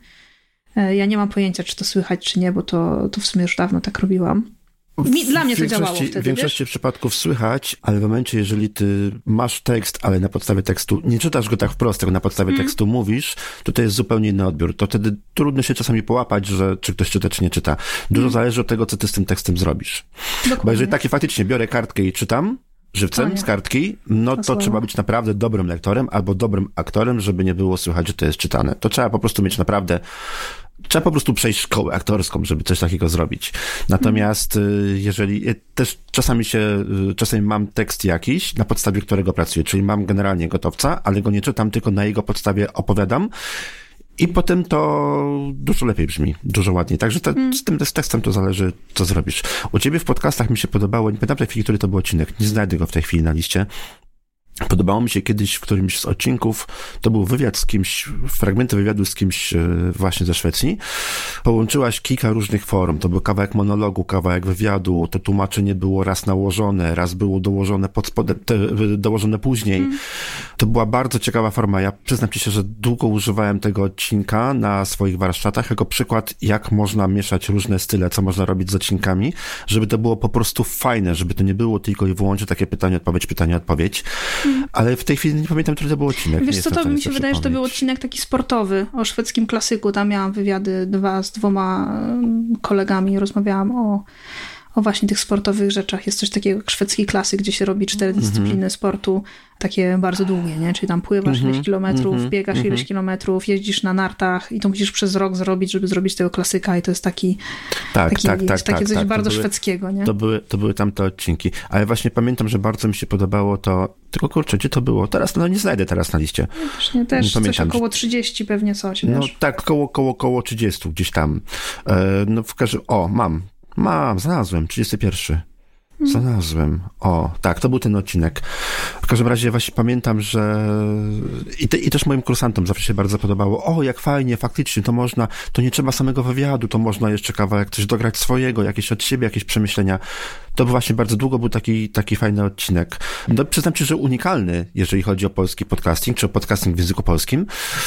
Ja nie mam pojęcia, czy to słychać, czy nie, bo to, to w sumie już dawno tak robiłam. Mi, dla mnie to działało wtedy, W większości wiesz? przypadków słychać, ale w momencie, jeżeli ty masz tekst, ale na podstawie tekstu, nie czytasz go tak wprost, tylko na podstawie mm. tekstu mówisz, to to jest zupełnie inny odbiór. To wtedy trudno się czasami połapać, że czy ktoś czyta, czy nie czyta. Dużo mm. zależy od tego, co ty z tym tekstem zrobisz. Dokładnie. Bo jeżeli takie faktycznie biorę kartkę i czytam żywcem z kartki, no to, to trzeba być naprawdę dobrym lektorem albo dobrym aktorem, żeby nie było słychać, że to jest czytane. To trzeba po prostu mieć naprawdę... Trzeba po prostu przejść szkołę aktorską, żeby coś takiego zrobić. Natomiast mm. jeżeli też czasami się, czasami mam tekst jakiś, na podstawie którego pracuję, czyli mam generalnie gotowca, ale go nie czytam, tylko na jego podstawie opowiadam i potem to dużo lepiej brzmi, dużo ładniej. Także te, mm. z tym z tekstem to zależy, co zrobisz. U ciebie w podcastach mi się podobało, nie pamiętam w tej chwili, który to był odcinek, nie znajdę go w tej chwili na liście. Podobało mi się kiedyś w którymś z odcinków, to był wywiad z kimś, fragmenty wywiadu z kimś właśnie ze Szwecji. Połączyłaś kilka różnych form. To był kawałek monologu, kawałek wywiadu. To tłumaczenie było raz nałożone, raz było dołożone pod spodem, te, dołożone później. Mm. To była bardzo ciekawa forma. Ja przyznam ci się, że długo używałem tego odcinka na swoich warsztatach jako przykład, jak można mieszać różne style, co można robić z odcinkami, żeby to było po prostu fajne, żeby to nie było tylko i wyłącznie takie pytanie, odpowiedź, pytanie, odpowiedź. Ale w tej chwili nie pamiętam, który to był odcinek. Wiesz co, to mi się wydaje, że to był odcinek taki sportowy o szwedzkim klasyku. Tam miałam wywiady dwa z dwoma kolegami, rozmawiałam o, o właśnie tych sportowych rzeczach. Jest coś takiego jak szwedzki klasyk, gdzie się robi cztery dyscypliny mm-hmm. sportu, takie bardzo długie, nie? Czyli tam pływasz mm-hmm. ileś kilometrów, mm-hmm. biegasz mm-hmm. ileś kilometrów, jeździsz na nartach i to musisz przez rok zrobić, żeby zrobić tego klasyka i to jest taki, tak, taki, tak, tak, takie tak, coś tak. bardzo były, szwedzkiego, nie? To były, to były tamte odcinki. Ale właśnie pamiętam, że bardzo mi się podobało to, tylko kurczę, gdzie to było? Teraz, no nie znajdę teraz na liście. No właśnie, też nie pamiętam, coś około trzydzieści pewnie coś, wiesz? No tak, koło, koło, koło trzydziestu gdzieś tam. E, no w każdym, o, mam. Mam, znalazłem, trzydziesty pierwszy. Znalazłem. O, tak, to był ten odcinek. W każdym razie właśnie pamiętam, że i, te, i też moim kursantom zawsze się bardzo podobało. O, jak fajnie, faktycznie, to można, to nie trzeba samego wywiadu, to można jeszcze kawałek coś dograć swojego, jakieś od siebie, jakieś przemyślenia. To był właśnie bardzo długo był taki, taki fajny odcinek. No, przyznam ci, że unikalny, jeżeli chodzi o polski podcasting, czy o podcasting w języku polskim,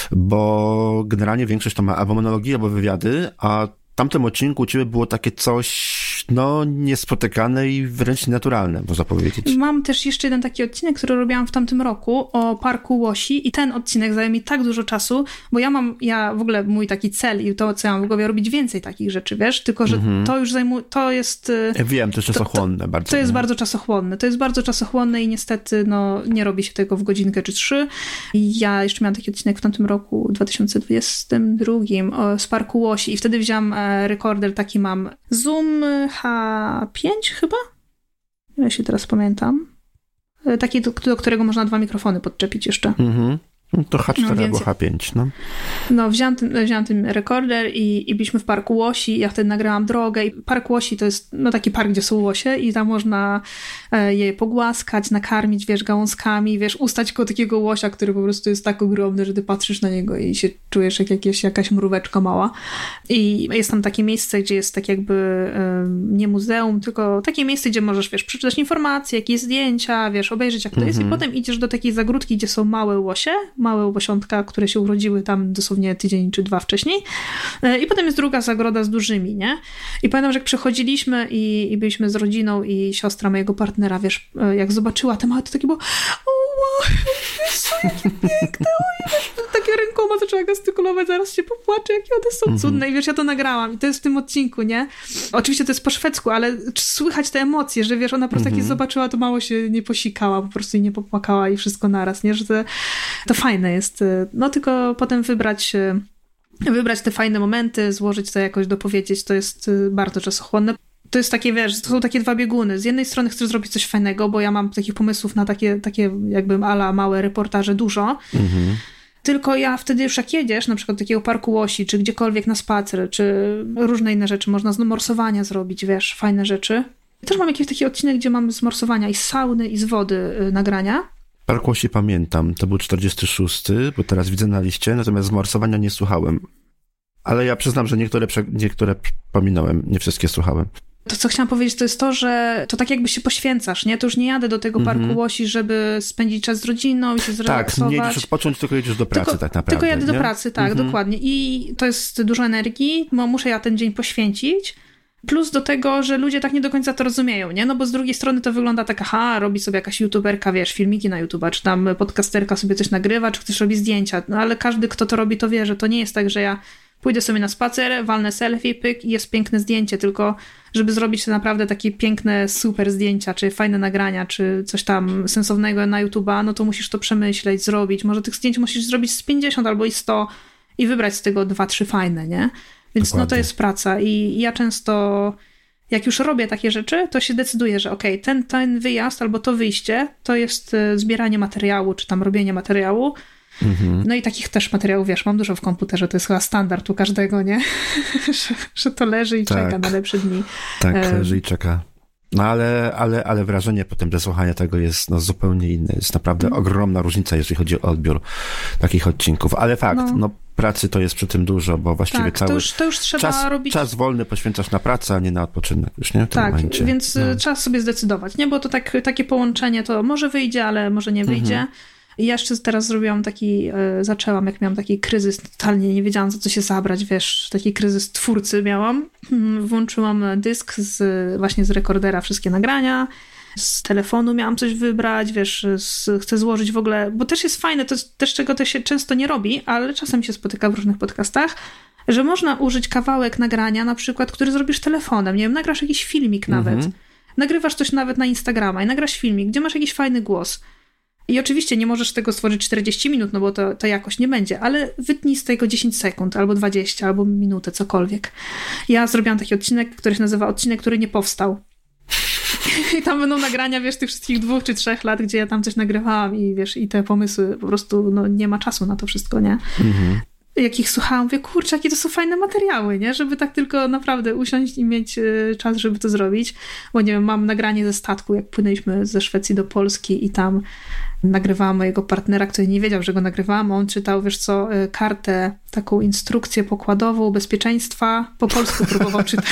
bo generalnie większość to ma albo monologi, albo wywiady, a w tamtym odcinku u ciebie było takie coś, no, niespotykane i wręcz naturalne, można powiedzieć. Mam też jeszcze jeden taki odcinek, który robiłam w tamtym roku o parku Łosi i ten odcinek zajął mi tak dużo czasu, bo ja mam, ja w ogóle mój taki cel i to, co ja mam w głowie, robić więcej takich rzeczy, wiesz, tylko, że mm-hmm. to już zajmuje, to jest... Ja wiem, to jest czasochłonne to, to, bardzo. To jest nie? bardzo czasochłonne, to jest bardzo czasochłonne i niestety, no, nie robi się tego w godzinkę czy trzy. I ja jeszcze miałam taki odcinek w tamtym roku, dwa tysiące dwudziestym drugim, o, z parku Łosi i wtedy wziąłam rekorder, taki mam Zoom H pięć chyba? Ja się teraz pamiętam. Taki, do, do którego można dwa mikrofony podczepić jeszcze. Mhm. To H cztery no, albo H pięć, no. No, wziąłem ten, wziąłem ten rekorder i, i byliśmy w parku Łosi. Ja wtedy nagrałam drogę i park Łosi to jest no taki park, gdzie są łosie i tam można je pogłaskać, nakarmić, wiesz, gałązkami, wiesz, ustać koło takiego łosia, który po prostu jest tak ogromny, że ty patrzysz na niego i się czujesz jak jakieś, jakaś mróweczka mała. I jest tam takie miejsce, gdzie jest tak jakby um, nie muzeum, tylko takie miejsce, gdzie możesz, wiesz, przeczytać informacje, jakieś zdjęcia, wiesz, obejrzeć jak to mm-hmm. jest i potem idziesz do takiej zagródki, gdzie są małe łosie, małe łosiątka, które się urodziły tam dosłownie tydzień czy dwa wcześniej. I potem jest druga zagroda z dużymi, nie? I pamiętam, że jak przechodziliśmy i, i byliśmy z rodziną i siostra mojego partnera, wiesz, jak zobaczyła te małe, to takie było o wow, Jezu, jakie piękne, oj, wiesz, takie rękoma zaczęła gestykulować, zaraz zaraz się popłaczę, jakie one są mm-hmm. cudne. I wiesz, ja to nagrałam i to jest w tym odcinku, nie? Oczywiście to jest po szwedzku, ale słychać te emocje, że wiesz, ona po prostu mm-hmm. jak je zobaczyła, to mało się nie posikała po prostu i nie popłakała i wszystko naraz, nie? Że to, to fajne jest. No tylko potem wybrać... Wybrać te fajne momenty, złożyć to jakoś, dopowiedzieć, to jest bardzo czasochłonne. To jest takie, wiesz, to są takie dwa bieguny. Z jednej strony chcesz zrobić coś fajnego, bo ja mam takich pomysłów na takie, takie jakby ala małe reportaże dużo. Mhm. Tylko ja wtedy już jak jedziesz, na przykład do takiego parku Łosi, czy gdziekolwiek na spacer, czy różne inne rzeczy, można z morsowania zrobić, wiesz, fajne rzeczy. Też mam jakiś taki odcinek, gdzie mam z morsowania i z sauny, i z wody y, nagrania. Park Łosi pamiętam, to był czterdziesty szósty, bo teraz widzę na liście, natomiast z morsowania nie słuchałem. Ale ja przyznam, że niektóre, niektóre pominąłem, nie wszystkie słuchałem. To, co chciałam powiedzieć, to jest to, że to tak jakby się poświęcasz, nie? To już nie jadę do tego parku mm-hmm. Łosi, żeby spędzić czas z rodziną i się zrelaksować. Tak, nie jedziesz odpocząć, tylko jedziesz do pracy tylko, tak naprawdę. Tylko jadę nie? do pracy, tak, mm-hmm. dokładnie. I to jest dużo energii, bo muszę ja ten dzień poświęcić. Plus do tego, że ludzie tak nie do końca to rozumieją, nie? No bo z drugiej strony to wygląda tak, aha, robi sobie jakaś youtuberka, wiesz, filmiki na YouTube'a, czy tam podcasterka sobie coś nagrywa, czy ktoś robi zdjęcia. No ale każdy, kto to robi, to wie, że to nie jest tak, że ja pójdę sobie na spacer, walnę selfie, pyk i jest piękne zdjęcie, tylko żeby zrobić naprawdę takie piękne, super zdjęcia, czy fajne nagrania, czy coś tam sensownego na YouTube'a, no to musisz to przemyśleć, zrobić. Może tych zdjęć musisz zrobić z pięćdziesiąt albo i sto i wybrać z tego dwa, trzy fajne, nie? Więc Dokładnie. No to jest praca i ja często, jak już robię takie rzeczy, to się decyduję, że okej, okay, ten, ten wyjazd albo to wyjście to jest zbieranie materiału, czy tam robienie materiału. Mhm. No i takich też materiałów, wiesz, mam dużo w komputerze, to jest chyba standard u każdego, nie? że, że to leży i tak. czeka na lepsze dni. Tak, um. leży i czeka. No ale, ale, ale wrażenie potem do słuchania tego jest no, zupełnie inne. Jest naprawdę mm. ogromna różnica, jeżeli chodzi o odbiór takich odcinków. Ale fakt, no, no pracy to jest przy tym dużo, bo właściwie tak, cały to już, to już trzeba czas, robić... czas wolny poświęcasz na pracę, a nie na odpoczynek już, nie? W tym tak, momencie. więc no. trzeba sobie zdecydować, nie? Bo to tak, takie połączenie to może wyjdzie, ale może nie wyjdzie. Mhm. I jeszcze teraz zrobiłam taki, zaczęłam, jak miałam taki kryzys, totalnie nie wiedziałam, za co się zabrać, wiesz, taki kryzys twórcy miałam. Włączyłam dysk z, właśnie z rekordera, wszystkie nagrania, z telefonu miałam coś wybrać, wiesz, z, chcę złożyć w ogóle, bo też jest fajne, to też czego to się często nie robi, ale czasem się spotyka w różnych podcastach, że można użyć kawałek nagrania, na przykład, który zrobisz telefonem, nie wiem, nagrasz jakiś filmik nawet, mhm. nagrywasz coś nawet na Instagrama i nagrasz filmik, gdzie masz jakiś fajny głos. I oczywiście nie możesz tego stworzyć czterdzieści minut, no bo to, to jakoś nie będzie, ale wytnij z tego dziesięć sekund, albo dwadzieścia, albo minutę, cokolwiek. Ja zrobiłam taki odcinek, który się nazywa Odcinek, który nie powstał. I tam będą nagrania, wiesz, tych wszystkich dwóch czy trzech lat, gdzie ja tam coś nagrywałam i wiesz, i te pomysły, po prostu no, nie ma czasu na to wszystko, nie? Mhm. Jak ich słuchałam, mówię, kurczę, jakie to są fajne materiały, nie? Żeby tak tylko naprawdę usiąść i mieć y, czas, żeby to zrobić. Bo nie wiem, mam nagranie ze statku, jak płynęliśmy ze Szwecji do Polski i tam nagrywałam mojego partnera, który nie wiedział, że go nagrywałam. On czytał, wiesz co, y, kartę, taką instrukcję pokładową bezpieczeństwa. Po polsku próbował czytać.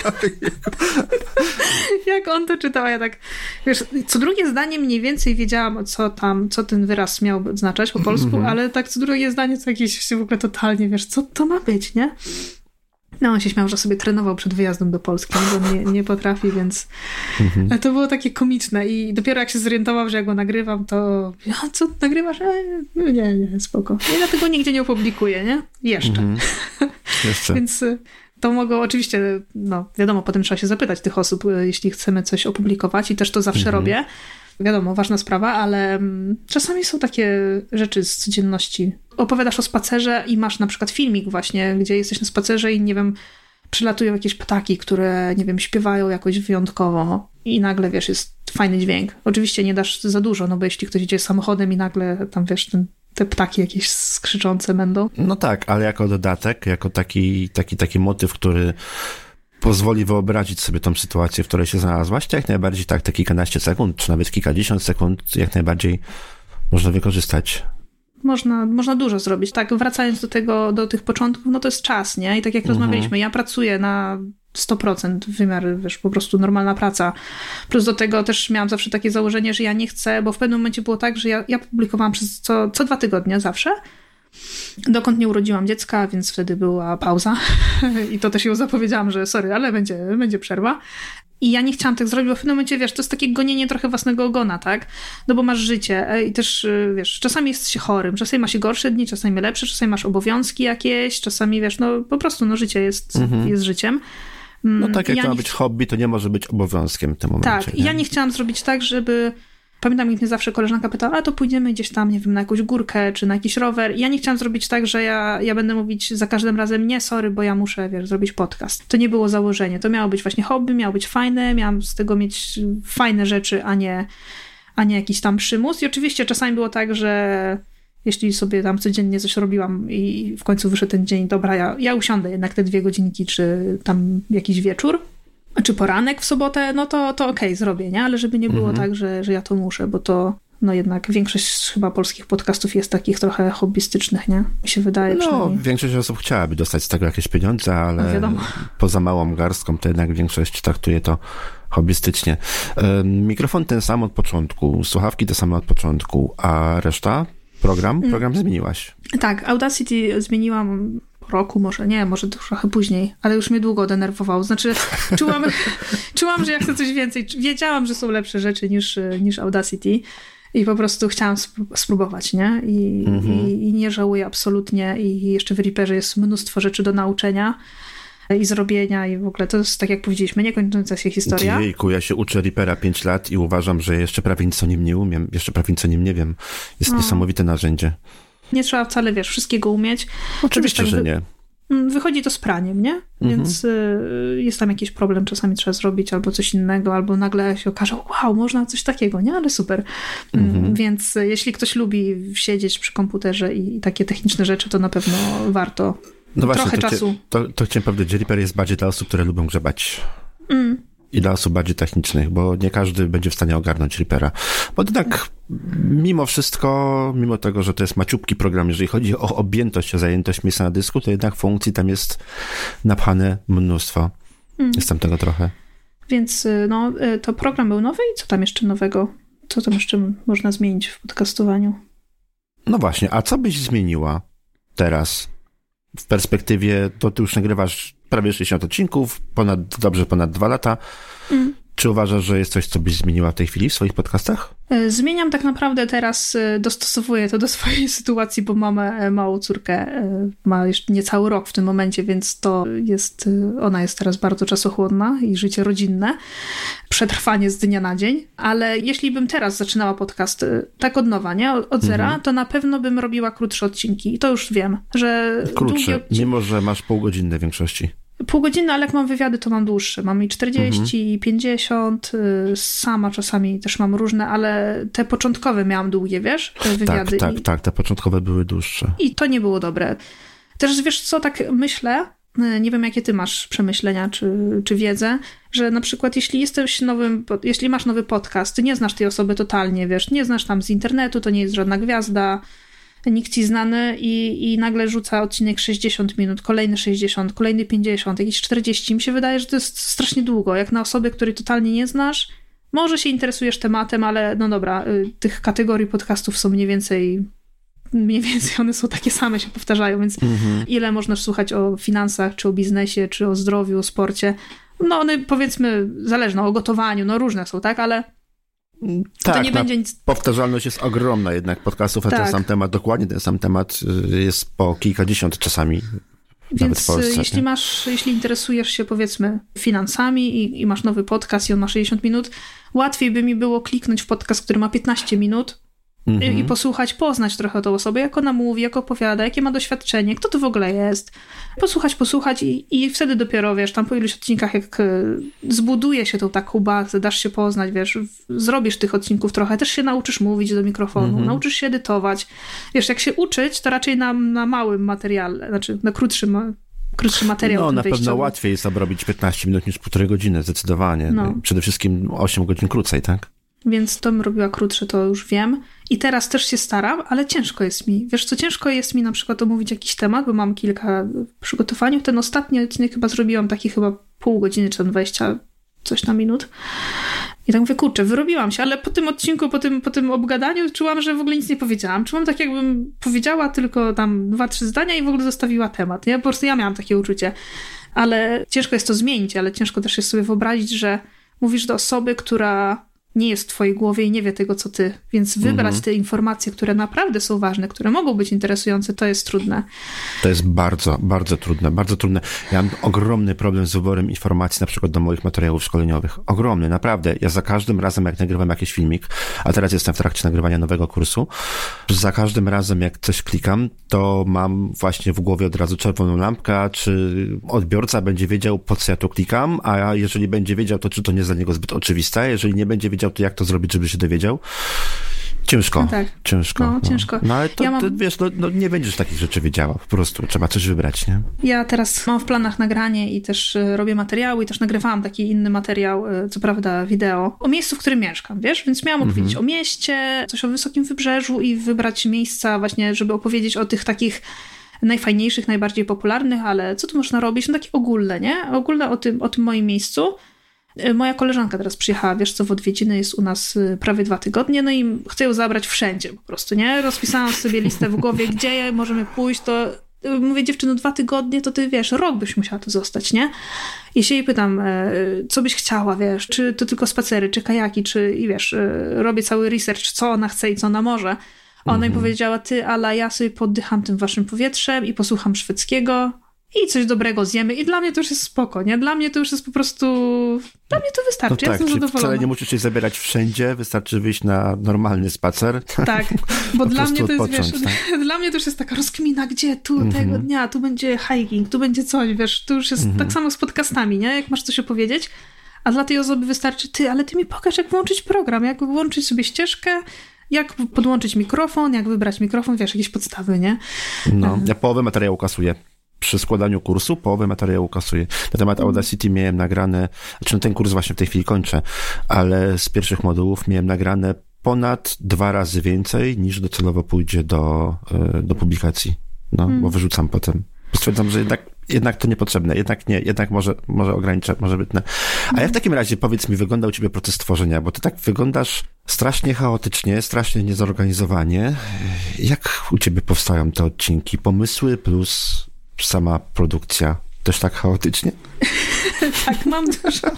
Jak on to czytał, a ja tak, wiesz, co drugie zdanie mniej więcej wiedziałam, co tam, co ten wyraz miał oznaczać po polsku, mm-hmm. ale tak co drugie zdanie to jakieś w ogóle totalnie, wiesz, co to ma być, nie? No, on się śmiał, że sobie trenował przed wyjazdem do Polski, bo nie, nie potrafi, więc mm-hmm. to było takie komiczne i dopiero jak się zorientował, że ja go nagrywam, to a co, nagrywasz? E, nie, nie, spoko. I dlatego nigdzie nie opublikuję, nie? Jeszcze. Mm-hmm. Jeszcze. Więc to mogą oczywiście, no wiadomo, potem trzeba się zapytać tych osób, jeśli chcemy coś opublikować i też to zawsze mm-hmm. robię. Wiadomo, ważna sprawa, ale um, czasami są takie rzeczy z codzienności. Opowiadasz o spacerze i masz na przykład filmik właśnie, gdzie jesteś na spacerze i nie wiem, przylatują jakieś ptaki, które, nie wiem, śpiewają jakoś wyjątkowo i nagle, wiesz, jest fajny dźwięk. Oczywiście nie dasz za dużo, no bo jeśli ktoś idzie samochodem i nagle tam, wiesz, ten, te ptaki jakieś skrzyczące będą. No tak, ale jako dodatek, jako taki, taki, taki motyw, który pozwoli wyobrazić sobie tą sytuację, w której się znalazłaś, to jak najbardziej tak, te kilkanaście sekund, czy nawet kilkadziesiąt sekund, jak najbardziej można wykorzystać. Można, można dużo zrobić. Tak, wracając do tego, do tych początków, no to jest czas, nie? I tak jak mhm. rozmawialiśmy, ja pracuję na sto procent wymiar, wiesz, po prostu normalna praca. Plus do tego też miałam zawsze takie założenie, że ja nie chcę, bo w pewnym momencie było tak, że ja, ja publikowałam przez co, co dwa tygodnie zawsze, dokąd nie urodziłam dziecka, więc wtedy była pauza i to też ją zapowiedziałam, że sorry, ale będzie, będzie przerwa. I ja nie chciałam tak zrobić, bo w pewnym momencie, wiesz, to jest takie gonienie trochę własnego ogona, tak? No bo masz życie i też, wiesz, czasami jest się chorym, czasami masz gorsze dni, czasami lepsze, czasami masz obowiązki jakieś, czasami, wiesz, no po prostu, no życie jest, mhm. jest życiem. No tak jak ja to ma nie... być hobby, to nie może być obowiązkiem w tym momencie. Tak, nie? i ja nie chciałam zrobić tak, żeby... Pamiętam, jak mnie zawsze koleżanka pytała, a to pójdziemy gdzieś tam, nie wiem, na jakąś górkę, czy na jakiś rower. I ja nie chciałam zrobić tak, że ja, ja będę mówić za każdym razem, nie, sorry, bo ja muszę, wiesz, zrobić podcast. To nie było założenie. To miało być właśnie hobby, miało być fajne, miałam z tego mieć fajne rzeczy, a nie, a nie jakiś tam przymus. I oczywiście czasami było tak, że jeśli sobie tam codziennie coś robiłam i w końcu wyszedł ten dzień, dobra, ja, ja usiądę jednak te dwie godzinki, czy tam jakiś wieczór, czy poranek w sobotę, no to, to okej, okay, zrobię, nie? Ale żeby nie było mhm. tak, że, że ja to muszę, bo to no jednak większość chyba polskich podcastów jest takich trochę hobbystycznych, nie? Mi się wydaje No, przynajmniej. większość osób chciałaby dostać z tego jakieś pieniądze, ale no poza małą garstką to jednak większość traktuje to hobbystycznie. Mikrofon ten sam od początku, słuchawki te same od początku, a reszta? Program? Program mm. zmieniłaś. Tak, Audacity zmieniłam roku, może nie, może trochę później, ale już mnie długo denerwowało. Znaczy, czułam, czułam, że ja chcę coś więcej. Wiedziałam, że są lepsze rzeczy niż, niż Audacity i po prostu chciałam spróbować, nie? I, mhm. i, i nie żałuję absolutnie i jeszcze w Reaperze jest mnóstwo rzeczy do nauczenia i zrobienia i w ogóle to jest, tak jak powiedzieliśmy, niekończąca się historia. Jejku, ja się uczę Reapera pięć lat i uważam, że jeszcze prawie nic o nim nie umiem, jeszcze prawie nic o nim nie wiem. Jest no. niesamowite narzędzie. Nie trzeba wcale, wiesz, wszystkiego umieć. Oczywiście, tak, że nie. Wychodzi to z praniem, nie? Mhm. Więc y, jest tam jakiś problem, czasami trzeba zrobić albo coś innego, albo nagle się okaże, wow, można coś takiego, nie? Ale super. Mhm. Więc jeśli ktoś lubi siedzieć przy komputerze i, i takie techniczne rzeczy, to na pewno warto no właśnie, trochę to czasu. Cię, to, to chciałem powiedzieć, że Reaper jest bardziej dla osób, które lubią grzebać. Mm. I dla osób bardziej technicznych, bo nie każdy będzie w stanie ogarnąć Reapera. Bo jednak mimo wszystko, mimo tego, że to jest maciupki program, jeżeli chodzi o objętość, o zajętość miejsca na dysku, to jednak funkcji tam jest napchane mnóstwo. Mm. Jest tam tego trochę. Więc no, to program był nowy i co tam jeszcze nowego? Co tam jeszcze można zmienić w podcastowaniu? No właśnie, a co byś zmieniła teraz? W perspektywie, to ty już nagrywasz prawie sześćdziesiąt odcinków, ponad, dobrze ponad dwa lata. Mm. Czy uważasz, że jest coś, co byś zmieniła w tej chwili w swoich podcastach? Zmieniam tak naprawdę teraz, dostosowuję to do swojej sytuacji, bo mam małą córkę, ma jeszcze niecały rok w tym momencie, więc to jest, ona jest teraz bardzo czasochłonna i życie rodzinne, przetrwanie z dnia na dzień, ale jeśli bym teraz zaczynała podcast tak od nowa, nie? Od zera, mhm. to na pewno bym robiła krótsze odcinki i to już wiem, że... Krótsze, odcink... mimo że masz półgodzinne w większości. Pół godziny, ale jak mam wywiady, to mam dłuższe. Mam i czterdzieści, mhm. i pięćdziesiąt, sama czasami też mam różne, ale te początkowe miałam długie, wiesz, te wywiady. Tak, tak, i... tak, te początkowe były dłuższe. I to nie było dobre. Też wiesz co, tak myślę, nie wiem jakie ty masz przemyślenia czy, czy wiedzę, że na przykład jeśli jesteś nowym, jeśli masz nowy podcast, ty nie znasz tej osoby totalnie, wiesz, nie znasz tam z internetu, to nie jest żadna gwiazda, nikt ci znany i, i nagle rzuca odcinek sześćdziesiąt minut, kolejny sześćdziesiąt, kolejny pięćdziesiąt, jakieś czterdzieści. Mi się wydaje, że to jest strasznie długo. Jak na osobę, której totalnie nie znasz, może się interesujesz tematem, ale no dobra, y, tych kategorii podcastów są mniej więcej, mniej więcej one są takie same, się powtarzają, więc mhm. ile można słuchać o finansach, czy o biznesie, czy o zdrowiu, o sporcie. No one powiedzmy, zależne, o gotowaniu, no różne są, tak, ale tak, to nie będzie nic... powtarzalność jest ogromna jednak podcastów, a tak. ten sam temat, dokładnie ten sam temat jest po kilkadziesiąt czasami. Więc jeśli masz, jeśli interesujesz się powiedzmy finansami i, i masz nowy podcast i on ma sześćdziesiąt minut, łatwiej by mi było kliknąć w podcast, który ma piętnaście minut mm-hmm. i, i posłuchać, poznać trochę tą osobę, jak ona mówi, jak opowiada, jakie ma doświadczenie, kto to w ogóle jest. Posłuchać, posłuchać i, i wtedy dopiero, wiesz, tam po iluś odcinkach, jak zbuduje się tą taką bazę, dasz się poznać, wiesz, zrobisz tych odcinków trochę, też się nauczysz mówić do mikrofonu, mm-hmm. nauczysz się edytować. Wiesz, jak się uczyć, to raczej na, na małym materiale, znaczy na krótszym, krótszy materiał. No, na wyjściowy. pewno łatwiej jest obrobić piętnaście minut niż półtorej godziny, zdecydowanie. No. Przede wszystkim osiem godzin krócej, tak? Więc to bym robiła krótsze, to już wiem. I teraz też się staram, ale ciężko jest mi. Wiesz co, ciężko jest mi na przykład omówić jakiś temat, bo mam kilka w przygotowaniu. Ten ostatni odcinek chyba zrobiłam taki chyba pół godziny, czy tam dwadzieścia coś na minut. I tak mówię, kurczę, wyrobiłam się, ale po tym odcinku, po tym, po tym obgadaniu czułam, że w ogóle nic nie powiedziałam. Czułam tak, jakbym powiedziała tylko tam dwa, trzy zdania i w ogóle zostawiła temat. Ja po prostu ja miałam takie uczucie. Ale ciężko jest to zmienić, ale ciężko też jest sobie wyobrazić, że mówisz do osoby, która nie jest w twojej głowie i nie wie tego, co ty. Więc wybrać mhm. te informacje, które naprawdę są ważne, które mogą być interesujące, to jest trudne. To jest bardzo, bardzo trudne, bardzo trudne. Ja mam ogromny problem z wyborem informacji, na przykład do moich materiałów szkoleniowych. Ogromny, naprawdę. Ja za każdym razem, jak nagrywam jakiś filmik, a teraz jestem w trakcie nagrywania nowego kursu, za każdym razem, jak coś klikam, to mam właśnie w głowie od razu czerwoną lampkę, czy odbiorca będzie wiedział, po co ja tu klikam, a jeżeli będzie wiedział, to czy to nie jest dla niego zbyt oczywiste, jeżeli nie będzie wiedział, to jak to zrobić, żeby się dowiedział? Ciężko, no tak. ciężko. No, no. ciężko. No ale to, ja mam... to wiesz, no, no nie będziesz takich rzeczy wiedziała, po prostu trzeba coś wybrać, nie? Ja teraz mam w planach nagranie i też robię materiały i też nagrywałam taki inny materiał, co prawda wideo, o miejscu, w którym mieszkam, wiesz? Więc miałam mhm. opowiedzieć o mieście, coś o Wysokim Wybrzeżu i wybrać miejsca właśnie, żeby opowiedzieć o tych takich najfajniejszych, najbardziej popularnych, ale co tu można robić? No takie ogólne, nie? Ogólne o tym, o tym moim miejscu. Moja koleżanka teraz przyjechała, wiesz co, w odwiedziny jest u nas prawie dwa tygodnie, no i chcę ją zabrać wszędzie po prostu, nie? Rozpisałam sobie listę w głowie, gdzie możemy pójść, to mówię, dziewczyno, dwa tygodnie, to ty, wiesz, rok byś musiała tu zostać, nie? I się jej pytam, co byś chciała, wiesz, czy to tylko spacery, czy kajaki, czy, i wiesz, robię cały research, co ona chce i co ona może. Ona mhm. mi powiedziała, ty, Ala, ja sobie poddycham tym waszym powietrzem i posłucham szwedzkiego, i coś dobrego zjemy. I dla mnie to już jest spoko, nie? Dla mnie to już jest po prostu... Dla mnie to wystarczy, no ja tak, jestem zadowolona. Wcale nie musisz się zabierać wszędzie, wystarczy wyjść na normalny spacer. Tak, bo dla mnie to jest, odpocząć, wiesz, tak? dla mnie to już jest taka rozkmina, gdzie tu mm-hmm. tego dnia, tu będzie hiking, tu będzie coś, wiesz, tu już jest mm-hmm. tak samo z podcastami, nie? Jak masz coś opowiedzieć, a dla tej osoby wystarczy, ty, ale ty mi pokaż, jak włączyć program, jak włączyć sobie ścieżkę, jak podłączyć mikrofon, jak wybrać mikrofon, wiesz, jakieś podstawy, nie? No, ja połowę materiału kasuję. Przy składaniu kursu połowę materiału kasuję. Na temat Audacity miałem nagrane, znaczy no ten kurs właśnie w tej chwili kończę, ale z pierwszych modułów miałem nagrane ponad dwa razy więcej, niż docelowo pójdzie do, do publikacji. No, hmm. bo wyrzucam potem. Stwierdzam, że jednak, jednak to niepotrzebne, jednak nie, jednak może, może ograniczę, może bytne. A ja w takim razie, powiedz mi, wygląda u ciebie proces tworzenia, bo ty tak wyglądasz strasznie chaotycznie, strasznie niezorganizowanie. Jak u ciebie powstają te odcinki? Pomysły plus sama produkcja też tak chaotycznie? Tak, mam dużo.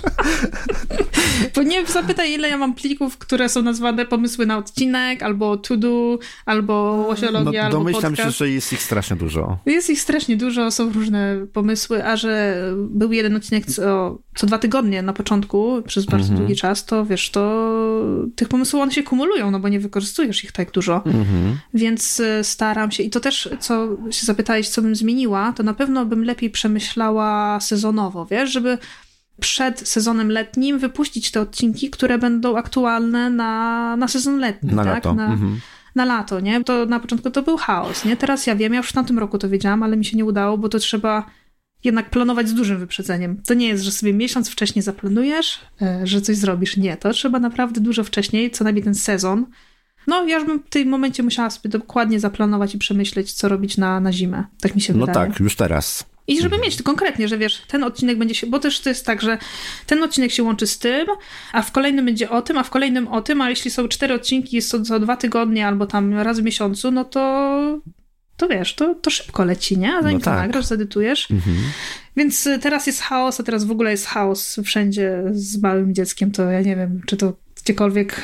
Bo nie zapytaj, ile ja mam plików, które są nazwane pomysły na odcinek, albo to do, albo łosiologia, no, albo domyślam podcast. się, że jest ich strasznie dużo. Jest ich strasznie dużo, są różne pomysły, a że był jeden odcinek co, co dwa tygodnie na początku, przez bardzo mhm. długi czas, to wiesz, to tych pomysłów one się kumulują, no bo nie wykorzystujesz ich tak dużo. Mhm. Więc staram się, i to też, co się zapytałeś, co bym zmieniła, to na pewno bym lepiej przemyślała sezonowo, wiesz, żeby przed sezonem letnim wypuścić te odcinki, które będą aktualne na, na sezon letni. Na tak? lato. Na, mhm. na lato, nie? To na początku to był chaos, nie? Teraz ja wiem, ja już w tamtym roku to wiedziałam, ale mi się nie udało, bo to trzeba jednak planować z dużym wyprzedzeniem. To nie jest, że sobie miesiąc wcześniej zaplanujesz, że coś zrobisz. Nie, to trzeba naprawdę dużo wcześniej, co najmniej ten sezon. No, ja już bym w tym momencie musiała sobie dokładnie zaplanować i przemyśleć, co robić na, na zimę. Tak mi się no wydaje. No tak, już teraz. I żeby mhm. mieć to konkretnie, że wiesz, ten odcinek będzie się, bo też to jest tak, że ten odcinek się łączy z tym, a w kolejnym będzie o tym, a w kolejnym o tym, a jeśli są cztery odcinki, jest to co dwa tygodnie albo tam raz w miesiącu, no to to wiesz, to, to szybko leci, nie? A zanim no tak. to nagrasz, zedytujesz. Mhm. Więc teraz jest chaos, a teraz w ogóle jest chaos wszędzie z małym dzieckiem, to ja nie wiem, czy to gdziekolwiek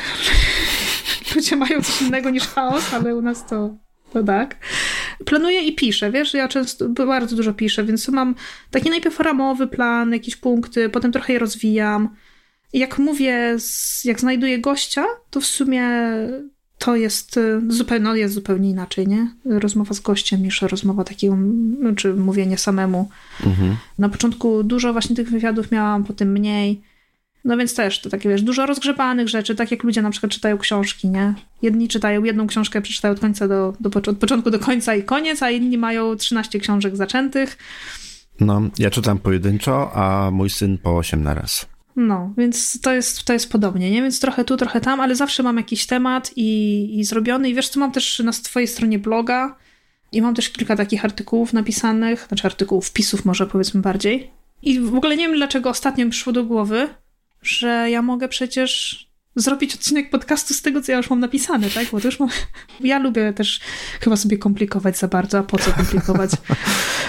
ludzie mają coś innego niż chaos, ale u nas to, to tak. Planuję i piszę, wiesz, ja często, bardzo dużo piszę, więc mam taki najpierw ramowy plan, jakieś punkty, potem trochę je rozwijam. I jak mówię, jak znajduję gościa, to w sumie to jest zupełnie, no jest zupełnie inaczej, nie? Rozmowa z gościem niż rozmowa takiego, czy mówienie samemu. Mhm. Na początku dużo właśnie tych wywiadów miałam, potem mniej. No więc też to takie, wiesz, dużo rozgrzebanych rzeczy, tak jak ludzie na przykład czytają książki, nie? Jedni czytają jedną książkę, przeczytają od końca do, do od początku do końca i koniec, a inni mają trzynaście książek zaczętych. No, ja czytam pojedynczo, a mój syn po osiem na raz. No, więc to jest, to jest podobnie, nie? Więc trochę tu, trochę tam, ale zawsze mam jakiś temat i, i zrobiony. I wiesz co, mam też na twojej stronie bloga i mam też kilka takich artykułów napisanych, znaczy artykułów, wpisów może powiedzmy bardziej. I w ogóle nie wiem, dlaczego ostatnio mi przyszło do głowy, że ja mogę przecież zrobić odcinek podcastu z tego, co ja już mam napisane, tak? Bo to już mam... Ja lubię też chyba sobie komplikować za bardzo, a po co komplikować?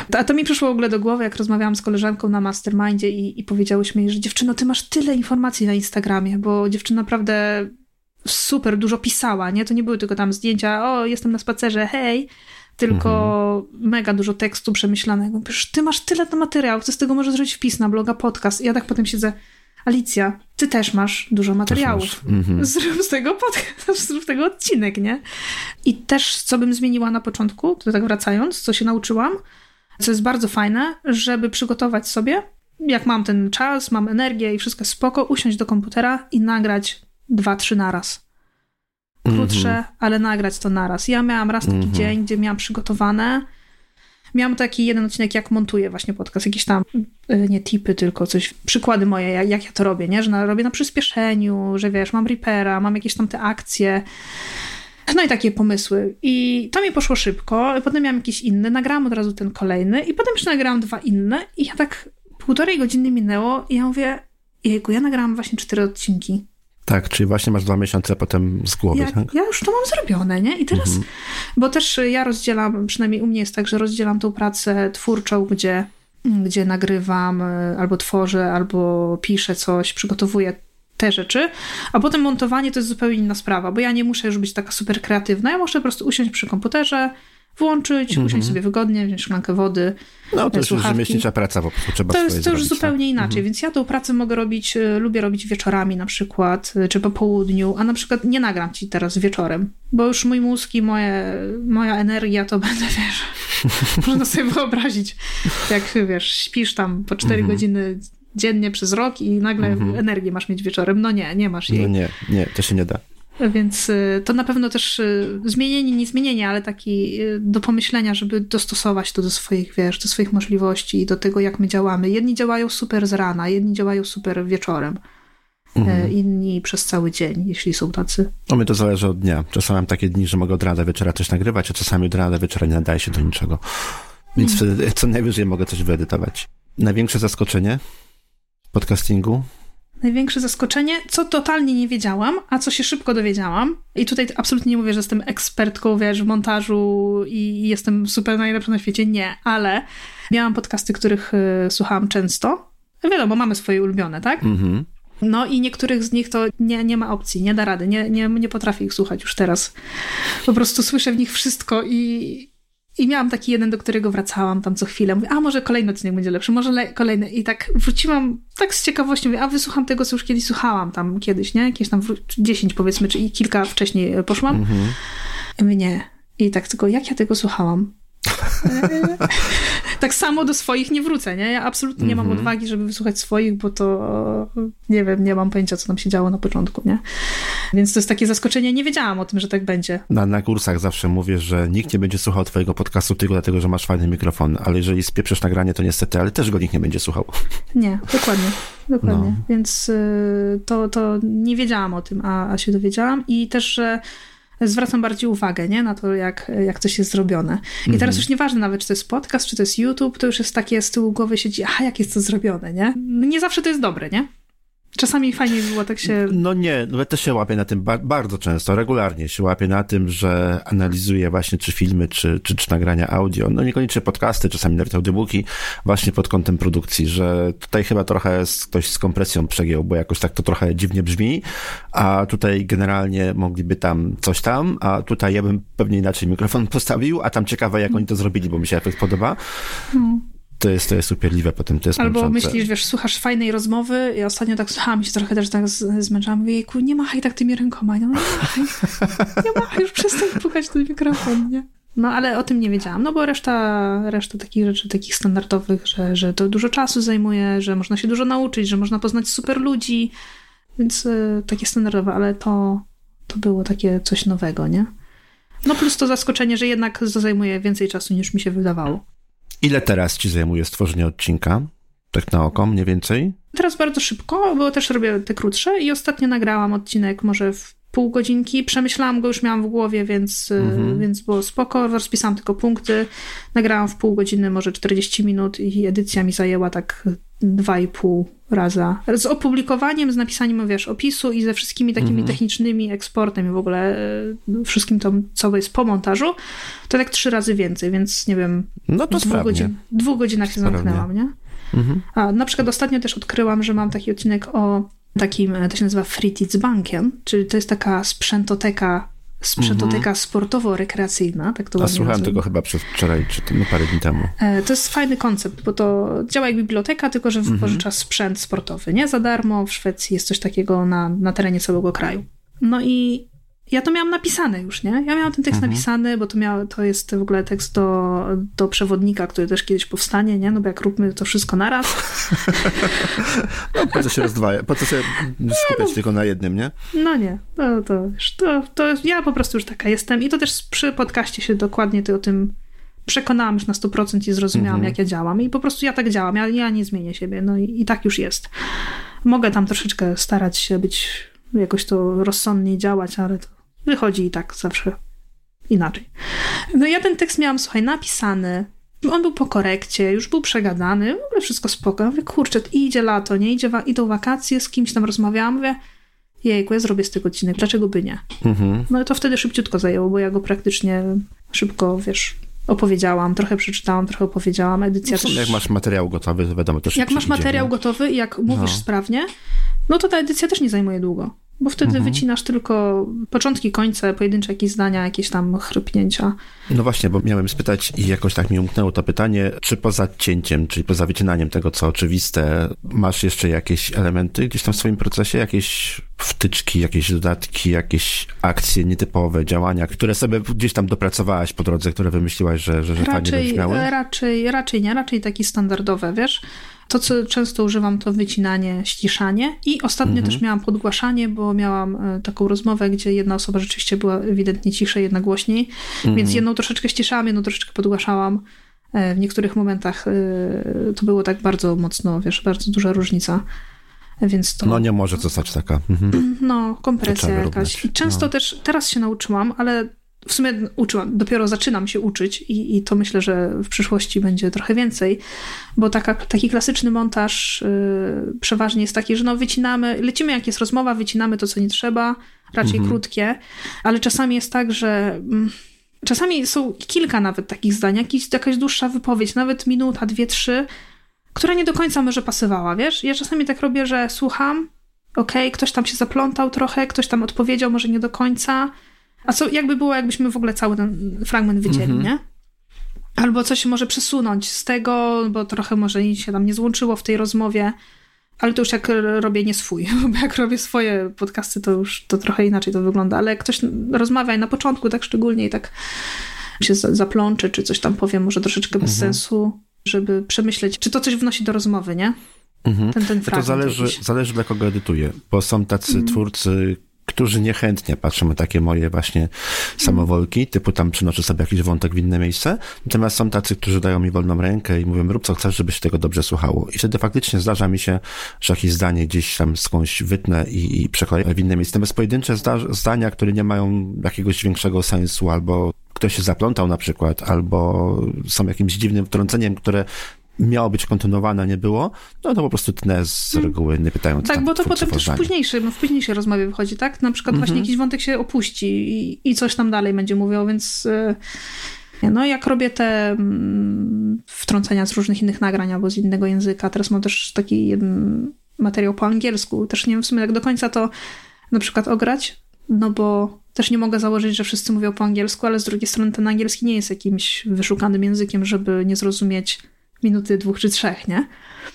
A to mi przyszło w ogóle do głowy, jak rozmawiałam z koleżanką na mastermindzie i, i powiedziałyśmy jej, że dziewczyno, ty masz tyle informacji na Instagramie, bo dziewczyna naprawdę super dużo pisała, nie? To nie były tylko tam zdjęcia, o, jestem na spacerze, hej, tylko mhm. mega dużo tekstu przemyślanego. Przecież ty masz tyle to materiałów, ty z tego możesz zrobić wpis na bloga, podcast. I ja tak potem siedzę, Alicja, ty też masz dużo materiałów. Mhm. Zrób z tego podcast, zrób z tego odcinek, nie? I też, co bym zmieniła na początku, to tak wracając, co się nauczyłam, co jest bardzo fajne, żeby przygotować sobie, jak mam ten czas, mam energię i wszystko jest spoko, usiąść do komputera i nagrać dwa, trzy naraz. Krótsze, mm-hmm. ale nagrać to naraz. Ja miałam raz taki mm-hmm. dzień, gdzie miałam przygotowane. Miałam taki jeden odcinek, jak montuję właśnie podcast. Jakieś tam, nie tipy, tylko coś, przykłady moje, jak, jak ja to robię, nie? Że na, robię na przyspieszeniu, że wiesz, mam Reapera, mam jakieś tam te akcje. No i takie pomysły. I to mi poszło szybko. Potem miałam jakiś inny, nagrałam od razu ten kolejny i potem jeszcze nagrałam dwa inne i ja tak półtorej godziny minęło i ja mówię, jejku, ja nagrałam właśnie cztery odcinki. Tak, czyli właśnie masz dwa miesiące potem z głowy, ja, tak? Ja już to mam zrobione, nie? I teraz, mhm. bo też ja rozdzielam, przynajmniej u mnie jest tak, że rozdzielam tą pracę twórczą, gdzie, gdzie nagrywam, albo tworzę, albo piszę coś, przygotowuję te rzeczy, a potem montowanie to jest zupełnie inna sprawa, bo ja nie muszę już być taka super kreatywna, ja muszę po prostu usiąść przy komputerze, włączyć, mm-hmm. usiąść sobie wygodnie, wziąć szklankę wody, no to już rzemieślnicza praca, po prostu trzeba to jest to już zrobić, zupełnie tak? inaczej, mm-hmm. więc ja tą pracę mogę robić, lubię robić wieczorami na przykład, czy po południu, a na przykład nie nagram ci teraz wieczorem, bo już mój mózg i moje, moja energia to będę, wiesz, można sobie wyobrazić, jak wiesz, śpisz tam po cztery mm-hmm. godziny dziennie przez rok i nagle mm-hmm. energię masz mieć wieczorem. No nie, nie masz jej. No nie, nie, to się nie da. Więc to na pewno też zmienienie, nie zmienienie, ale taki do pomyślenia, żeby dostosować to do swoich, wiesz, do swoich możliwości i do tego, jak my działamy. Jedni działają super z rana, jedni działają super wieczorem, mhm. inni przez cały dzień, jeśli są tacy. No mnie to zależy od dnia. Czasami mam takie dni, że mogę od rana do wieczora coś nagrywać, a czasami od rana do wieczora nie nadaje się do niczego. Więc mhm. wtedy co najwyżej mogę coś wyedytować. Największe zaskoczenie podcastingu? Największe zaskoczenie, co totalnie nie wiedziałam, a co się szybko dowiedziałam. I tutaj absolutnie nie mówię, że jestem ekspertką, wiesz, w montażu i jestem super najlepsza na świecie. Nie, ale miałam podcasty, których y, słuchałam często. Wiadomo, mamy swoje ulubione, tak? Mm-hmm. No i niektórych z nich to nie, nie ma opcji, nie da rady, nie, nie, nie potrafię ich słuchać już teraz. Po prostu słyszę w nich wszystko i... I miałam taki jeden, do którego wracałam tam co chwilę. Mówię, a może kolejny odcinek będzie lepszy, może le- kolejny. I tak wróciłam tak z ciekawością, mówię, a wysłucham tego, co już kiedyś słuchałam tam kiedyś, nie? Jakieś tam wró- dziesięć powiedzmy, czy i kilka wcześniej poszłam. Mm-hmm. I mówię, nie. I tak tylko, jak ja tego słuchałam? Tak samo do swoich nie wrócę, nie? Ja absolutnie nie mam mm-hmm. odwagi, żeby wysłuchać swoich, bo to nie wiem, nie mam pojęcia, co tam się działo na początku, nie? Więc to jest takie zaskoczenie. Nie wiedziałam o tym, że tak będzie. Na, na kursach zawsze mówię, że nikt nie będzie słuchał twojego podcastu tylko dlatego, że masz fajny mikrofon, ale jeżeli spieprzysz nagranie, to niestety, ale też go nikt nie będzie słuchał. Nie, dokładnie. Dokładnie. No. Więc y, to, to nie wiedziałam o tym, a, a się dowiedziałam i też, że zwracam bardziej uwagę, nie? Na to, jak, jak coś jest zrobione. I mm-hmm. teraz już nieważne nawet, czy to jest podcast, czy to jest YouTube, to już jest takie z tyłu głowy siedzi, aha, jak jest to zrobione, nie? Nie zawsze to jest dobre, nie? Czasami fajnie było tak się... No nie, no ja też się łapię na tym ba- bardzo często, regularnie się łapię na tym, że analizuję właśnie czy filmy, czy, czy, czy nagrania audio, no niekoniecznie podcasty, czasami nawet audiobooki, właśnie pod kątem produkcji, że tutaj chyba trochę ktoś z kompresją przegiął, bo jakoś tak to trochę dziwnie brzmi, a tutaj generalnie mogliby tam coś tam, a tutaj ja bym pewnie inaczej mikrofon postawił, a tam ciekawe jak oni to zrobili, bo mi się jakoś podoba. Hmm. To jest, to jest superliwe, potem to jest Albo męczące. Myślisz, wiesz, słuchasz fajnej rozmowy i ostatnio tak słuchałam i się trochę też tak zmęczałam. Mówię, jejku, nie machaj tak tymi rękoma. No, nie machaj, nie machaj, już przestań pukać ten mikrofon, nie? No, ale o tym nie wiedziałam, no bo reszta, reszta takich rzeczy, takich standardowych, że, że to dużo czasu zajmuje, że można się dużo nauczyć, że można poznać super ludzi, więc y, takie standardowe, ale to, to było takie coś nowego, nie? No plus to zaskoczenie, że jednak to zajmuje więcej czasu niż mi się wydawało. Ile teraz ci zajmuje stworzenie odcinka? Tak na oko, mniej więcej? Teraz bardzo szybko, bo też robię te krótsze i ostatnio nagrałam odcinek może w pół godzinki. Przemyślałam go, już miałam w głowie, więc, mhm. więc było spoko. Rozpisałam tylko punkty. Nagrałam w pół godziny, może czterdzieści minut i edycja mi zajęła tak dwa i pół raza. Z opublikowaniem, z napisaniem, wiesz, opisu i ze wszystkimi takimi mm-hmm. technicznymi eksportem i w ogóle wszystkim to, co jest po montażu, to tak trzy razy więcej, więc nie wiem, no to w dwóch, godzin, dwóch godzinach się zamknęłam, nie? Mm-hmm. A na przykład ostatnio też odkryłam, że mam taki odcinek o takim, to się nazywa Fritidsbanken, czyli to jest taka sprzętoteka Sprzętoteka mm-hmm. sportowo-rekreacyjna, tak to A ładnie słuchałem nazywam. tego chyba przedwczoraj, czy no parę dni temu. To jest fajny koncept, bo to działa jak biblioteka, tylko że wypożycza mm-hmm. sprzęt sportowy, nie? Za darmo. W Szwecji jest coś takiego na, na terenie całego kraju. No i ja to miałam napisane już, nie? Ja miałam ten tekst mm-hmm. napisany, bo to, miał, to jest w ogóle tekst do, do przewodnika, który też kiedyś powstanie, nie? No bo jak róbmy to wszystko naraz. No po co się rozdwaja? Po co się skupiać no, tylko na jednym, nie? No nie. No to, to, to ja po prostu już taka jestem i to też przy podcaście się dokładnie ty o tym przekonałam już na sto procent i zrozumiałam, mm-hmm. jak ja działam. I po prostu ja tak działam. Ja, ja nie zmienię siebie. No i, i tak już jest. Mogę tam troszeczkę starać się być, jakoś to rozsądniej działać, ale to wychodzi i tak zawsze inaczej. No ja ten tekst miałam, słuchaj, napisany. On był po korekcie, już był przegadany, w ogóle wszystko spoko. Ja mówię, kurczę, idzie lato, nie? Idzie wa- idą wakacje, z kimś tam rozmawiałam, mówię, jejku, ja zrobię z tego odcinek, dlaczego by nie? Mm-hmm. No i to wtedy szybciutko zajęło, bo ja go praktycznie szybko, wiesz, opowiedziałam, trochę przeczytałam, trochę opowiedziałam, edycja no, też... Jak masz materiał gotowy, to wiadomo, też Jak masz idzie, materiał nie? gotowy i jak mówisz no. sprawnie, no to ta edycja też nie zajmuje długo. Bo wtedy mhm. wycinasz tylko początki, końce, pojedyncze jakieś zdania, jakieś tam chrypnięcia. No właśnie, bo miałem spytać i jakoś tak mi umknęło to pytanie, czy poza cięciem, czyli poza wycinaniem tego, co oczywiste, masz jeszcze jakieś elementy gdzieś tam w swoim procesie, jakieś wtyczki, jakieś dodatki, jakieś akcje nietypowe, działania, które sobie gdzieś tam dopracowałaś po drodze, które wymyśliłaś, że, że, że raczej, fajnie brzmiały? Raczej, raczej nie, raczej takie standardowe, wiesz. To, co często używam, to wycinanie, ściszanie i ostatnio mhm. też miałam podgłaszanie, bo miałam taką rozmowę, gdzie jedna osoba rzeczywiście była ewidentnie ciszej, jedna głośniej, mhm. więc jedną troszeczkę ściszałam, jedną troszeczkę podgłaszałam. W niektórych momentach to było tak bardzo mocno, wiesz, bardzo duża różnica. Więc to... No nie może zostać taka. Mhm. No, kompresja jakaś. I często no. też, teraz się nauczyłam, ale w sumie uczyłam, dopiero zaczynam się uczyć i, i to myślę, że w przyszłości będzie trochę więcej, bo taka, taki klasyczny montaż yy, przeważnie jest taki, że no wycinamy, lecimy jak jest rozmowa, wycinamy to, co nie trzeba, raczej mhm. krótkie, ale czasami jest tak, że mm, czasami są kilka nawet takich zdań, jakiś, jakaś dłuższa wypowiedź, nawet minuta, dwie, trzy, która nie do końca może pasowała, wiesz? Ja czasami tak robię, że słucham, okej, okay, ktoś tam się zaplątał trochę, ktoś tam odpowiedział, może nie do końca. A co jakby było, jakbyśmy w ogóle cały ten fragment wycięli, mm-hmm. nie? Albo coś może przesunąć z tego, bo trochę może się tam nie złączyło w tej rozmowie, ale to już jak robię nie swój, bo jak robię swoje podcasty, to już to trochę inaczej to wygląda, ale jak ktoś rozmawia i na początku tak szczególnie i tak się zaplączy, czy coś tam powiem, może troszeczkę bez mm-hmm. sensu, żeby przemyśleć, czy to coś wnosi do rozmowy, nie? Mm-hmm. Ten, ten fragment. To zależy, zależy dla kogo edytuję, bo są tacy mm. twórcy, którzy niechętnie patrzą na takie moje właśnie samowolki, typu tam przynoszę sobie jakiś wątek w inne miejsce, natomiast są tacy, którzy dają mi wolną rękę i mówią, rób co chcesz, żeby się tego dobrze słuchało. I wtedy faktycznie zdarza mi się, że jakieś zdanie gdzieś tam skądś wytnę i, i przekleję w inne miejsce. Natomiast pojedyncze zda- zdania, które nie mają jakiegoś większego sensu, albo ktoś się zaplątał na przykład, albo są jakimś dziwnym wtrąceniem, które miało być kontynuowane, nie było, no to po prostu tnę z reguły, nie pytając. Tak, tam, bo to potem też zdanie. w późniejszej, w późniejszej rozmowie wychodzi, tak? Na przykład mm-hmm. właśnie jakiś wątek się opuści i, i coś tam dalej będzie mówił, więc yy, no jak robię te mm, wtrącenia z różnych innych nagrań albo z innego języka, teraz mam też taki jeden materiał po angielsku, też nie wiem w sumie jak do końca to na przykład ograć, no bo też nie mogę założyć, że wszyscy mówią po angielsku, ale z drugiej strony ten angielski nie jest jakimś wyszukanym językiem, żeby nie zrozumieć minuty dwóch czy trzech, nie?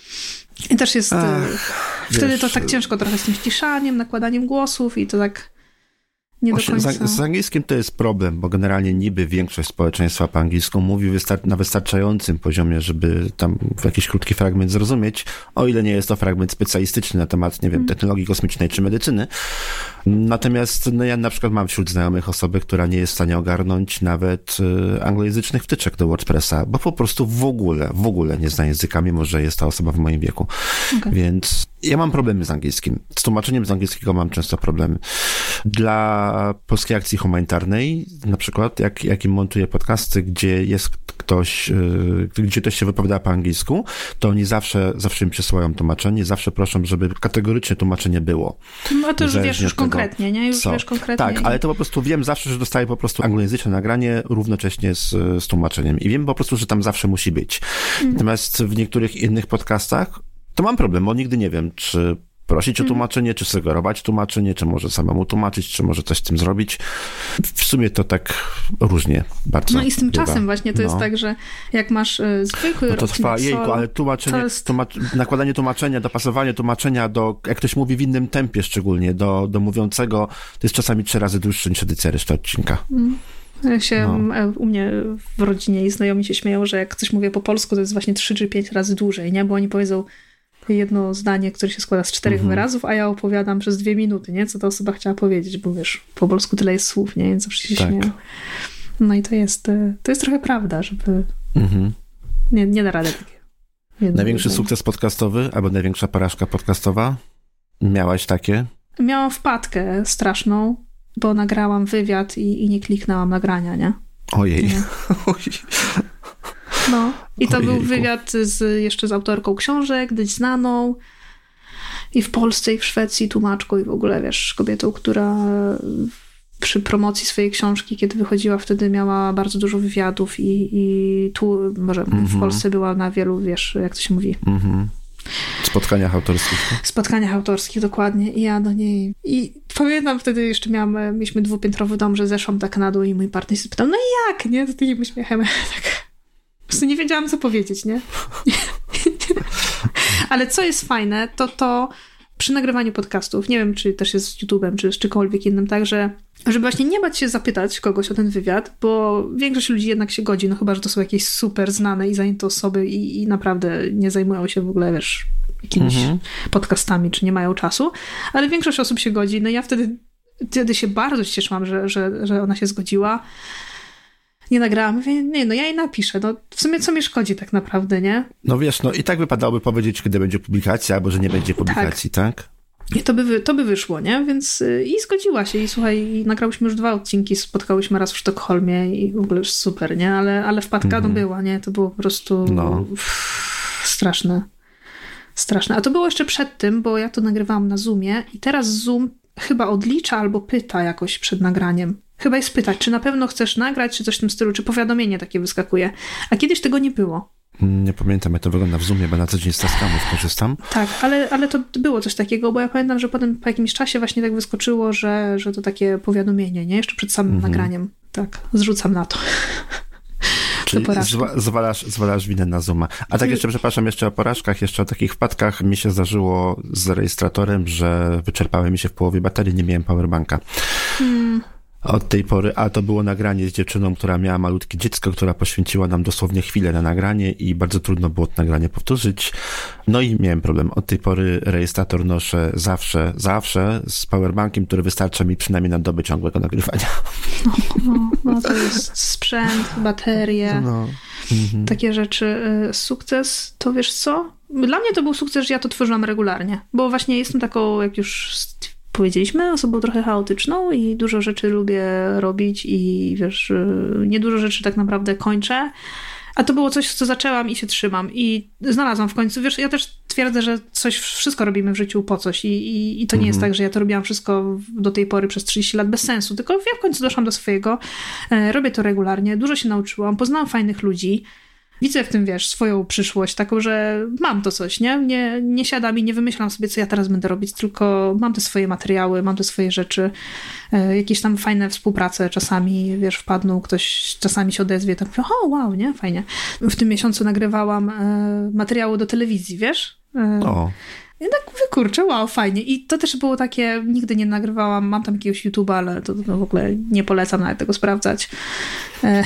I też jest... Ach, wtedy wiesz, to tak ciężko trochę z tym ściszaniem, nakładaniem głosów i to tak nie właśnie do końca... Z, z angielskim to jest problem, bo generalnie niby większość społeczeństwa po angielsku mówi wystar- na wystarczającym poziomie, żeby tam w jakiś krótki fragment zrozumieć, o ile nie jest to fragment specjalistyczny na temat, nie wiem, technologii kosmicznej czy medycyny. Natomiast no ja na przykład mam wśród znajomych osoby, która nie jest w stanie ogarnąć nawet y, anglojęzycznych wtyczek do WordPressa, bo po prostu w ogóle, w ogóle nie zna języka, mimo że jest ta osoba w moim wieku. Okay. Więc ja mam problemy z angielskim. Z tłumaczeniem z angielskiego mam często problemy. Dla Polskiej Akcji Humanitarnej, na przykład, jak, jak im montuję podcasty, gdzie jest ktoś, gdzie ktoś się wypowiada po angielsku, to oni zawsze, zawsze mi przesyłają tłumaczenie, zawsze proszą, żeby kategorycznie tłumaczenie było. No to już wiesz już konkretnie, nie? Już co. wiesz konkretnie. Tak, ale to po prostu wiem zawsze, że dostaję po prostu anglojęzyczne nagranie równocześnie z, z tłumaczeniem i wiem po prostu, że tam zawsze musi być. Mm. Natomiast w niektórych innych podcastach to mam problem, bo nigdy nie wiem, czy prosić o tłumaczenie, czy sugerować tłumaczenie, czy może samemu tłumaczyć, czy może coś z tym zrobić. W sumie to tak różnie bardzo No i z tym bywa. czasem właśnie to no. jest tak, że jak masz y, zwykły no to trwa, solo, jejku, ale tłumaczenie, jest... tłumacz, nakładanie tłumaczenia, dopasowanie tłumaczenia do, jak ktoś mówi w innym tempie szczególnie, do, do mówiącego, to jest czasami trzy razy dłuższe niż edycja reszty odcinka. Mm. Ja się No. u mnie w rodzinie i znajomi się śmieją, że jak coś mówię po polsku, to jest właśnie trzy czy pięć razy dłużej, nie? Bo oni powiedzą jedno zdanie, które się składa z czterech mhm. wyrazów, a ja opowiadam przez dwie minuty, nie? Co ta osoba chciała powiedzieć, bo wiesz, po polsku tyle jest słów, nie? Więc zawsze się tak. śmieją. No i to jest, to jest trochę prawda, żeby... Mhm. Nie, nie da rady takie. Największy zdanie. sukces podcastowy, albo największa porażka podcastowa? Miałaś takie? Miałam wpadkę straszną, bo nagrałam wywiad i, i nie kliknęłam nagrania, nie? Ojej. Nie. No. I to Ojejku. był wywiad z, jeszcze z autorką książek, dość znaną i w Polsce, i w Szwecji, tłumaczką i w ogóle, wiesz, kobietą, która przy promocji swojej książki, kiedy wychodziła, wtedy miała bardzo dużo wywiadów i, i tu, może mm-hmm. w Polsce była na wielu, wiesz, jak to się mówi? Mm-hmm. Spotkaniach autorskich. Spotkaniach autorskich, dokładnie. I ja do niej... I pamiętam, wtedy jeszcze miałam, mieliśmy dwupiętrowy dom, że zeszłam tak na dół i mój partner się spytał, no i jak, nie? Z takim uśmiechem. Tak. Po prostu nie wiedziałam, co powiedzieć, nie? Ale co jest fajne, to to przy nagrywaniu podcastów, nie wiem, czy też jest z YouTube'em, czy z czymkolwiek innym, tak, że żeby właśnie nie bać się zapytać kogoś o ten wywiad, bo większość ludzi jednak się godzi, no chyba, że to są jakieś super znane i zajęte osoby i, i naprawdę nie zajmują się w ogóle, wiesz, jakimiś mhm. podcastami, czy nie mają czasu, ale większość osób się godzi. No ja wtedy, wtedy się bardzo cieszyłam, że, że, że ona się zgodziła. Nie nagrałam, mówię, nie, no ja jej napiszę. No w sumie co mi szkodzi tak naprawdę, nie? No wiesz, no i tak wypadałoby powiedzieć, kiedy będzie publikacja, albo że nie będzie publikacji, tak? tak? I to by, wy, to by wyszło, nie? Więc yy, i zgodziła się. I słuchaj, i nagrałyśmy już dwa odcinki, spotkałyśmy raz w Sztokholmie i w ogóle już super, nie? Ale, ale wpadka mm-hmm. no była, nie? To było po prostu no. uff, straszne. Straszne. A to było jeszcze przed tym, bo ja to nagrywałam na Zoomie i teraz Zoom chyba odlicza albo pyta jakoś przed nagraniem. Chyba jest pytać, czy na pewno chcesz nagrać, czy coś w tym stylu, czy powiadomienie takie wyskakuje. A kiedyś tego nie było. Nie pamiętam, jak to wygląda w Zoomie, bo na co dzień z Tascamów korzystam. Tak, ale, ale to było coś takiego, bo ja pamiętam, że potem po jakimś czasie właśnie tak wyskoczyło, że, że to takie powiadomienie, nie? Jeszcze przed samym mhm. nagraniem. Tak, zrzucam na to. Czyli zwa- zwalasz, zwalasz winę na Zooma. A tak jeszcze, przepraszam, jeszcze o porażkach, jeszcze o takich wpadkach. Mi się zdarzyło z rejestratorem, że wyczerpały mi się w połowie baterii, nie miałem powerbanka. Hmm. Od tej pory, a to było nagranie z dziewczyną, która miała malutkie dziecko, która poświęciła nam dosłownie chwilę na nagranie i bardzo trudno było to nagranie powtórzyć. No i miałem problem. Od tej pory rejestrator noszę zawsze, zawsze z powerbankiem, który wystarcza mi przynajmniej na dobę ciągłego nagrywania. No, no, no to jest sprzęt, baterie, no. mhm. takie rzeczy. Sukces, to wiesz co? Dla mnie to był sukces, że ja to tworzyłam regularnie, bo właśnie jestem taką, jak już powiedzieliśmy, osobą trochę chaotyczną i dużo rzeczy lubię robić i wiesz, niedużo rzeczy tak naprawdę kończę, a to było coś, co zaczęłam i się trzymam i znalazłam w końcu, wiesz, ja też twierdzę, że coś, wszystko robimy w życiu po coś i, i, i to nie mm-hmm. jest tak, że ja to robiłam wszystko do tej pory przez trzydzieści lat bez sensu, tylko ja w końcu doszłam do swojego, e, robię to regularnie, dużo się nauczyłam, poznałam fajnych ludzi, widzę w tym, wiesz, swoją przyszłość, taką, że mam to coś, nie? Nie, nie siadam i nie wymyślam sobie, co ja teraz będę robić, tylko mam te swoje materiały, mam te swoje rzeczy, e, jakieś tam fajne współprace czasami, wiesz, wpadną, ktoś czasami się odezwie, tam mówię, o wow, nie? Fajnie. W tym miesiącu nagrywałam e, materiały do telewizji, wiesz? E, o. I tak mówię, kurczę, wow, fajnie. I to też było takie, nigdy nie nagrywałam, mam tam jakiegoś YouTube'a, ale to, to w ogóle nie polecam nawet tego sprawdzać. E,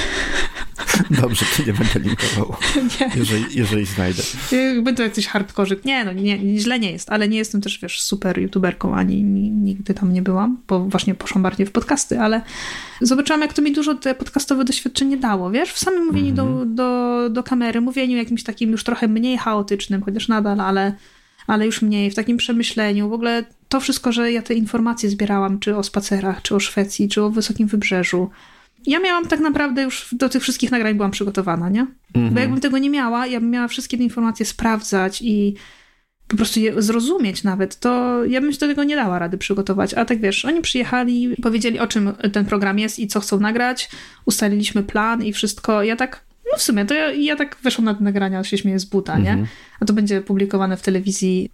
Dobrze, to nie będę linkował, nie. Jeżeli, jeżeli znajdę. Będę jakiś hardkorzyk. Nie, no nie, źle nie jest, ale nie jestem też, wiesz, super youtuberką, ani nigdy tam nie byłam, bo właśnie poszłam bardziej w podcasty, ale zobaczyłam, jak to mi dużo te podcastowe doświadczenie dało, wiesz, w samym mówieniu mm-hmm. do, do, do kamery, mówieniu jakimś takim już trochę mniej chaotycznym, chociaż nadal, ale, ale już mniej, w takim przemyśleniu, w ogóle to wszystko, że ja te informacje zbierałam, czy o spacerach, czy o Szwecji, czy o Wysokim Wybrzeżu, ja miałam tak naprawdę już do tych wszystkich nagrań byłam przygotowana, nie? Mhm. Bo jakbym tego nie miała, ja bym miała wszystkie te informacje sprawdzać i po prostu je zrozumieć nawet, to ja bym się do tego nie dała rady przygotować. A tak wiesz, oni przyjechali, powiedzieli o czym ten program jest i co chcą nagrać, ustaliliśmy plan i wszystko. Ja tak, no w sumie, to ja, ja tak weszłam na te nagrania, się śmieję z buta, nie? Mhm. A to będzie publikowane w telewizji.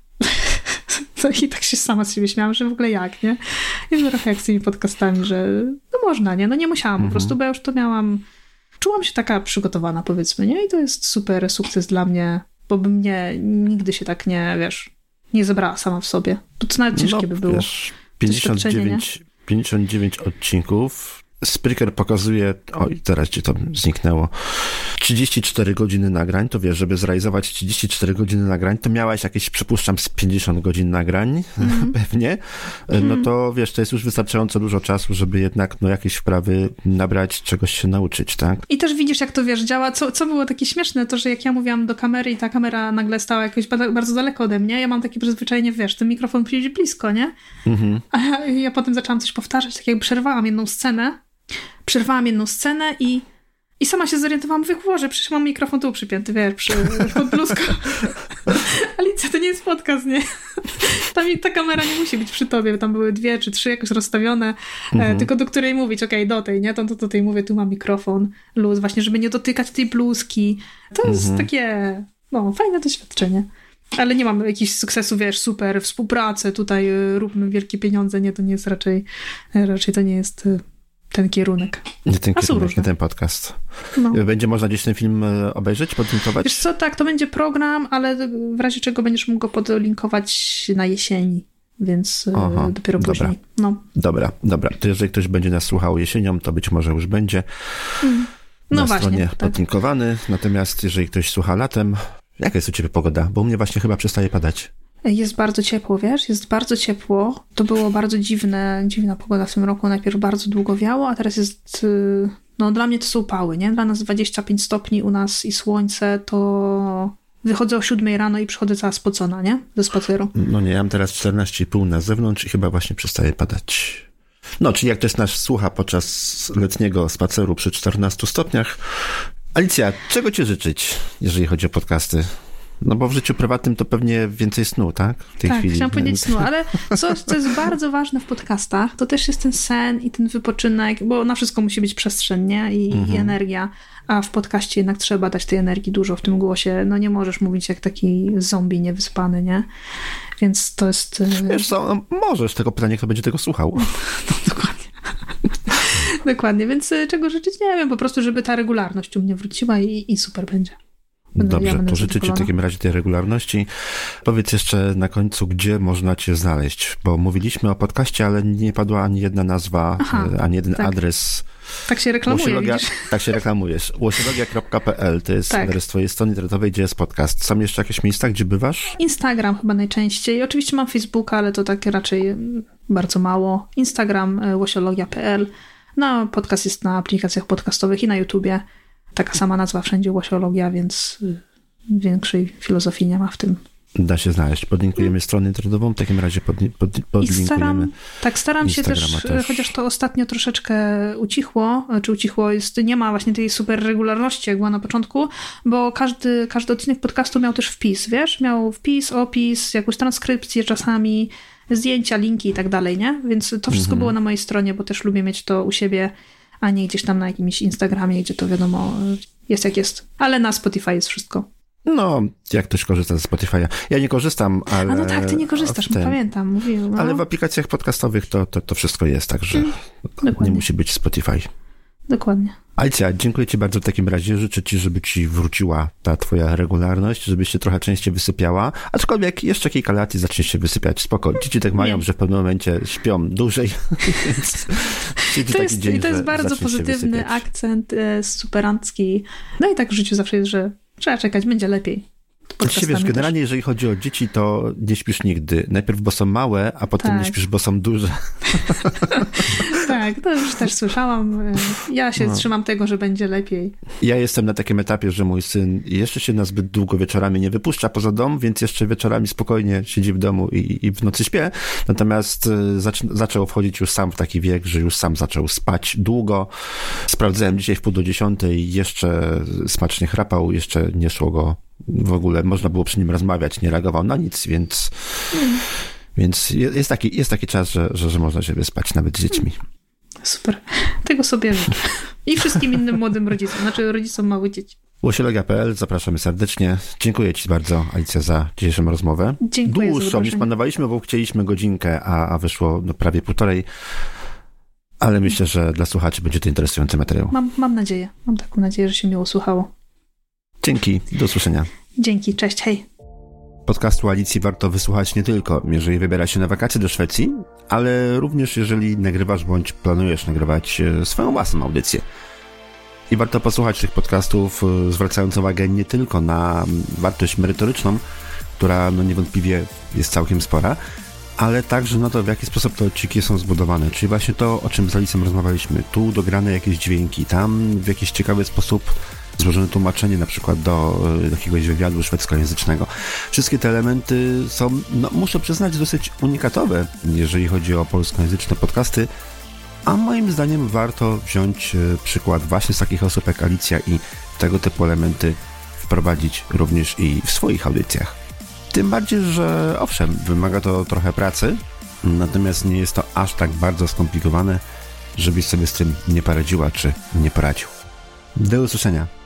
I tak się sama z siebie śmiałam, że w ogóle jak, nie? I trochę jak z tymi podcastami, że no można, nie? No nie musiałam mhm. po prostu, bo ja już to miałam, czułam się taka przygotowana, powiedzmy, nie? I to jest super sukces dla mnie, bo bym nie, nigdy się tak nie, wiesz, nie zebrała sama w sobie. Bo to nawet ciężkie no, by było. Wiesz, pięćdziesiąt dziewięć, pięćdziesiąt dziewięć odcinków. Spreaker pokazuje, oj, teraz ci to zniknęło, trzydzieści cztery godziny nagrań, to wiesz, żeby zrealizować trzydzieści cztery godziny nagrań, to miałaś jakieś, przypuszczam, z pięćdziesiąt godzin nagrań, mm. pewnie, no to wiesz, to jest już wystarczająco dużo czasu, żeby jednak, no, jakieś wprawy nabrać, czegoś się nauczyć, tak? I też widzisz, jak to, wiesz, działa, co, co było takie śmieszne, to, że jak ja mówiłam do kamery i ta kamera nagle stała jakoś bardzo daleko ode mnie, ja mam takie przyzwyczajenie, wiesz, ten mikrofon przyjdzie blisko, nie? Mm-hmm. A ja, ja potem zaczęłam coś powtarzać, tak jakby przerwałam jedną scenę, Przerwałam jedną scenę i, i sama się zorientowałam, mówię, Boże, przecież mam mikrofon tu przypięty, wiesz, przy, pod bluzką. Alicja, to nie jest podcast, nie? Tam ta kamera nie musi być przy tobie, tam były dwie czy trzy jakoś rozstawione, mhm. e, tylko do której mówić, okej, okay, do tej, nie? To, to do tej mówię, tu mam mikrofon, luz, właśnie, żeby nie dotykać tej bluzki. To mhm. jest takie, no, fajne doświadczenie. Ale nie mam jakichś sukcesów, wiesz, super, współpracę, tutaj y, róbmy wielkie pieniądze, nie, to nie jest raczej, raczej to nie jest... Y, ten kierunek. Nie ten kierunek, nie ten podcast. No. Będzie można gdzieś ten film obejrzeć, podlinkować? Wiesz co, tak, to będzie program, ale w razie czego będziesz mógł go podlinkować na jesieni, więc Aha, dopiero dobra. później. No. Dobra, dobra. To jeżeli ktoś będzie nas słuchał jesienią, to być może już będzie mm. no na właśnie, stronie tak. podlinkowany. Natomiast jeżeli ktoś słucha latem, jaka jest u ciebie pogoda? Bo u mnie właśnie chyba przestaje padać. Jest bardzo ciepło, wiesz, jest bardzo ciepło. To było bardzo dziwne, dziwna pogoda w tym roku. Najpierw bardzo długo wiało, a teraz jest, no dla mnie to są upały, nie? Dla nas dwadzieścia pięć stopni u nas i słońce, to wychodzę o siódmej rano i przychodzę cała spocona, nie? Ze spaceru. No nie, ja mam teraz czternaście i pół na zewnątrz i chyba właśnie przestaje padać. No, czyli jak ktoś nas słucha podczas letniego spaceru przy czternastu stopniach. Alicja, czego ci życzyć, jeżeli chodzi o podcasty? No bo w życiu prywatnym to pewnie więcej snu, tak? W tej tak, chwili. chciałam powiedzieć snu, ale coś, co jest bardzo ważne w podcastach, to też jest ten sen i ten wypoczynek, bo na wszystko musi być przestrzeń, nie? I, mhm. i energia, a w podcaście jednak trzeba dać tej energii dużo w tym głosie. No nie możesz mówić jak taki zombie niewyspany, nie? Więc to jest... Wiesz co, no, możesz, tego pytania, kto będzie tego słuchał. No, dokładnie. Dokładnie, więc czego życzyć? Nie wiem, po prostu, żeby ta regularność u mnie wróciła i, i super będzie. Będę, Dobrze, ja to życzę ci w takim razie tej regularności. Powiedz jeszcze na końcu, gdzie można cię znaleźć, bo mówiliśmy o podcaście, ale nie padła ani jedna nazwa, Aha, ani jeden tak. adres. Tak się reklamuje, Tak się reklamujesz. łosiologia kropka p l to jest tak. adres twojej strony internetowej, gdzie jest podcast. Są jeszcze jakieś miejsca, gdzie bywasz? Instagram chyba najczęściej. Oczywiście mam Facebooka, ale to tak raczej bardzo mało. Instagram, łosiologia kropka p l. No, podcast jest na aplikacjach podcastowych i na YouTubie. Taka sama nazwa wszędzie, łosiologia, więc większej filozofii nie ma w tym. Da się znaleźć. Podlinkujemy stronę internetową, w takim razie pod, pod, podlinkujemy. Staram, tak, staram się też, też, chociaż to ostatnio troszeczkę ucichło, czy ucichło, jest, nie ma właśnie tej super regularności, jak była na początku, bo każdy, każdy odcinek podcastu miał też wpis, wiesz? Miał wpis, opis, jakąś transkrypcję czasami, zdjęcia, linki i tak dalej, nie? Więc to wszystko mhm. było na mojej stronie, bo też lubię mieć to u siebie, a nie gdzieś tam na jakimś Instagramie, gdzie to wiadomo jest jak jest. Ale na Spotify jest wszystko. No, jak ktoś korzysta ze Spotify'a. Ja nie korzystam, ale... A no tak, ty nie korzystasz, ten... pamiętam, mówiłem. No. Ale w aplikacjach podcastowych to, to, to wszystko jest, także mm, nie musi być Spotify. Dokładnie. Alicja, dziękuję ci bardzo w takim razie. Życzę ci, żeby ci wróciła ta twoja regularność, żebyś się trochę częściej wysypiała. Aczkolwiek jeszcze kilka lat i zaczniesz się wysypiać. Spoko. Dzieci tak mają, nie. że w pewnym momencie śpią dłużej. Więc to jest, dzień, i to jest bardzo pozytywny akcent, e, superancki. No i tak w życiu zawsze jest, że trzeba czekać, będzie lepiej. podcastami wiesz, generalnie też. jeżeli chodzi o dzieci, to nie śpisz nigdy. Najpierw, bo są małe, a potem Tak. nie śpisz, bo są duże. Tak, to już też słyszałam. Ja się No. trzymam tego, że będzie lepiej. Ja jestem na takim etapie, że mój syn jeszcze się na zbyt długo wieczorami nie wypuszcza poza dom, więc jeszcze wieczorami spokojnie siedzi w domu i, i w nocy śpię. Natomiast y, zac- zaczął wchodzić już sam w taki wiek, że już sam zaczął spać długo. Sprawdzałem dzisiaj w pół do dziesiątej, jeszcze smacznie chrapał, jeszcze nie szło go w ogóle, można było przy nim rozmawiać, nie reagował na nic, więc, Mm. więc jest, taki, jest taki czas, że, że, że można się wyspać nawet z dziećmi. Super. Tego sobie życzę. I wszystkim innym młodym rodzicom, znaczy rodzicom małych dzieci. łosiologia kropka pe el, zapraszamy serdecznie. Dziękuję ci bardzo, Alicja, za dzisiejszą rozmowę. Dziękuję za Dłuższą niż zaproszenie. planowaliśmy, bo chcieliśmy godzinkę, a, a wyszło no, prawie półtorej. Ale myślę, że dla słuchaczy będzie to interesujący materiał. Mam, mam nadzieję. Mam taką nadzieję, że się miło słuchało. Dzięki, do usłyszenia. Dzięki, cześć, hej. Podcastu Alicji warto wysłuchać nie tylko, jeżeli wybiera się na wakacje do Szwecji, ale również jeżeli nagrywasz bądź planujesz nagrywać e, swoją własną audycję. I warto posłuchać tych podcastów, e, zwracając uwagę nie tylko na mm, wartość merytoryczną, która no niewątpliwie jest całkiem spora, ale także na to, w jaki sposób te odcinki są zbudowane. Czyli właśnie to, o czym z Alicją rozmawialiśmy. Tu dograne jakieś dźwięki, tam w jakiś ciekawy sposób złożone tłumaczenie na przykład do y, jakiegoś wywiadu szwedzkojęzycznego. Wszystkie te elementy są, no muszę przyznać, dosyć unikatowe, jeżeli chodzi o polskojęzyczne podcasty, a moim zdaniem warto wziąć y, przykład właśnie z takich osób jak Alicja i tego typu elementy wprowadzić również i w swoich audycjach. Tym bardziej, że owszem, wymaga to trochę pracy, natomiast nie jest to aż tak bardzo skomplikowane, żebyś sobie z tym nie poradziła czy nie poradził. Do usłyszenia.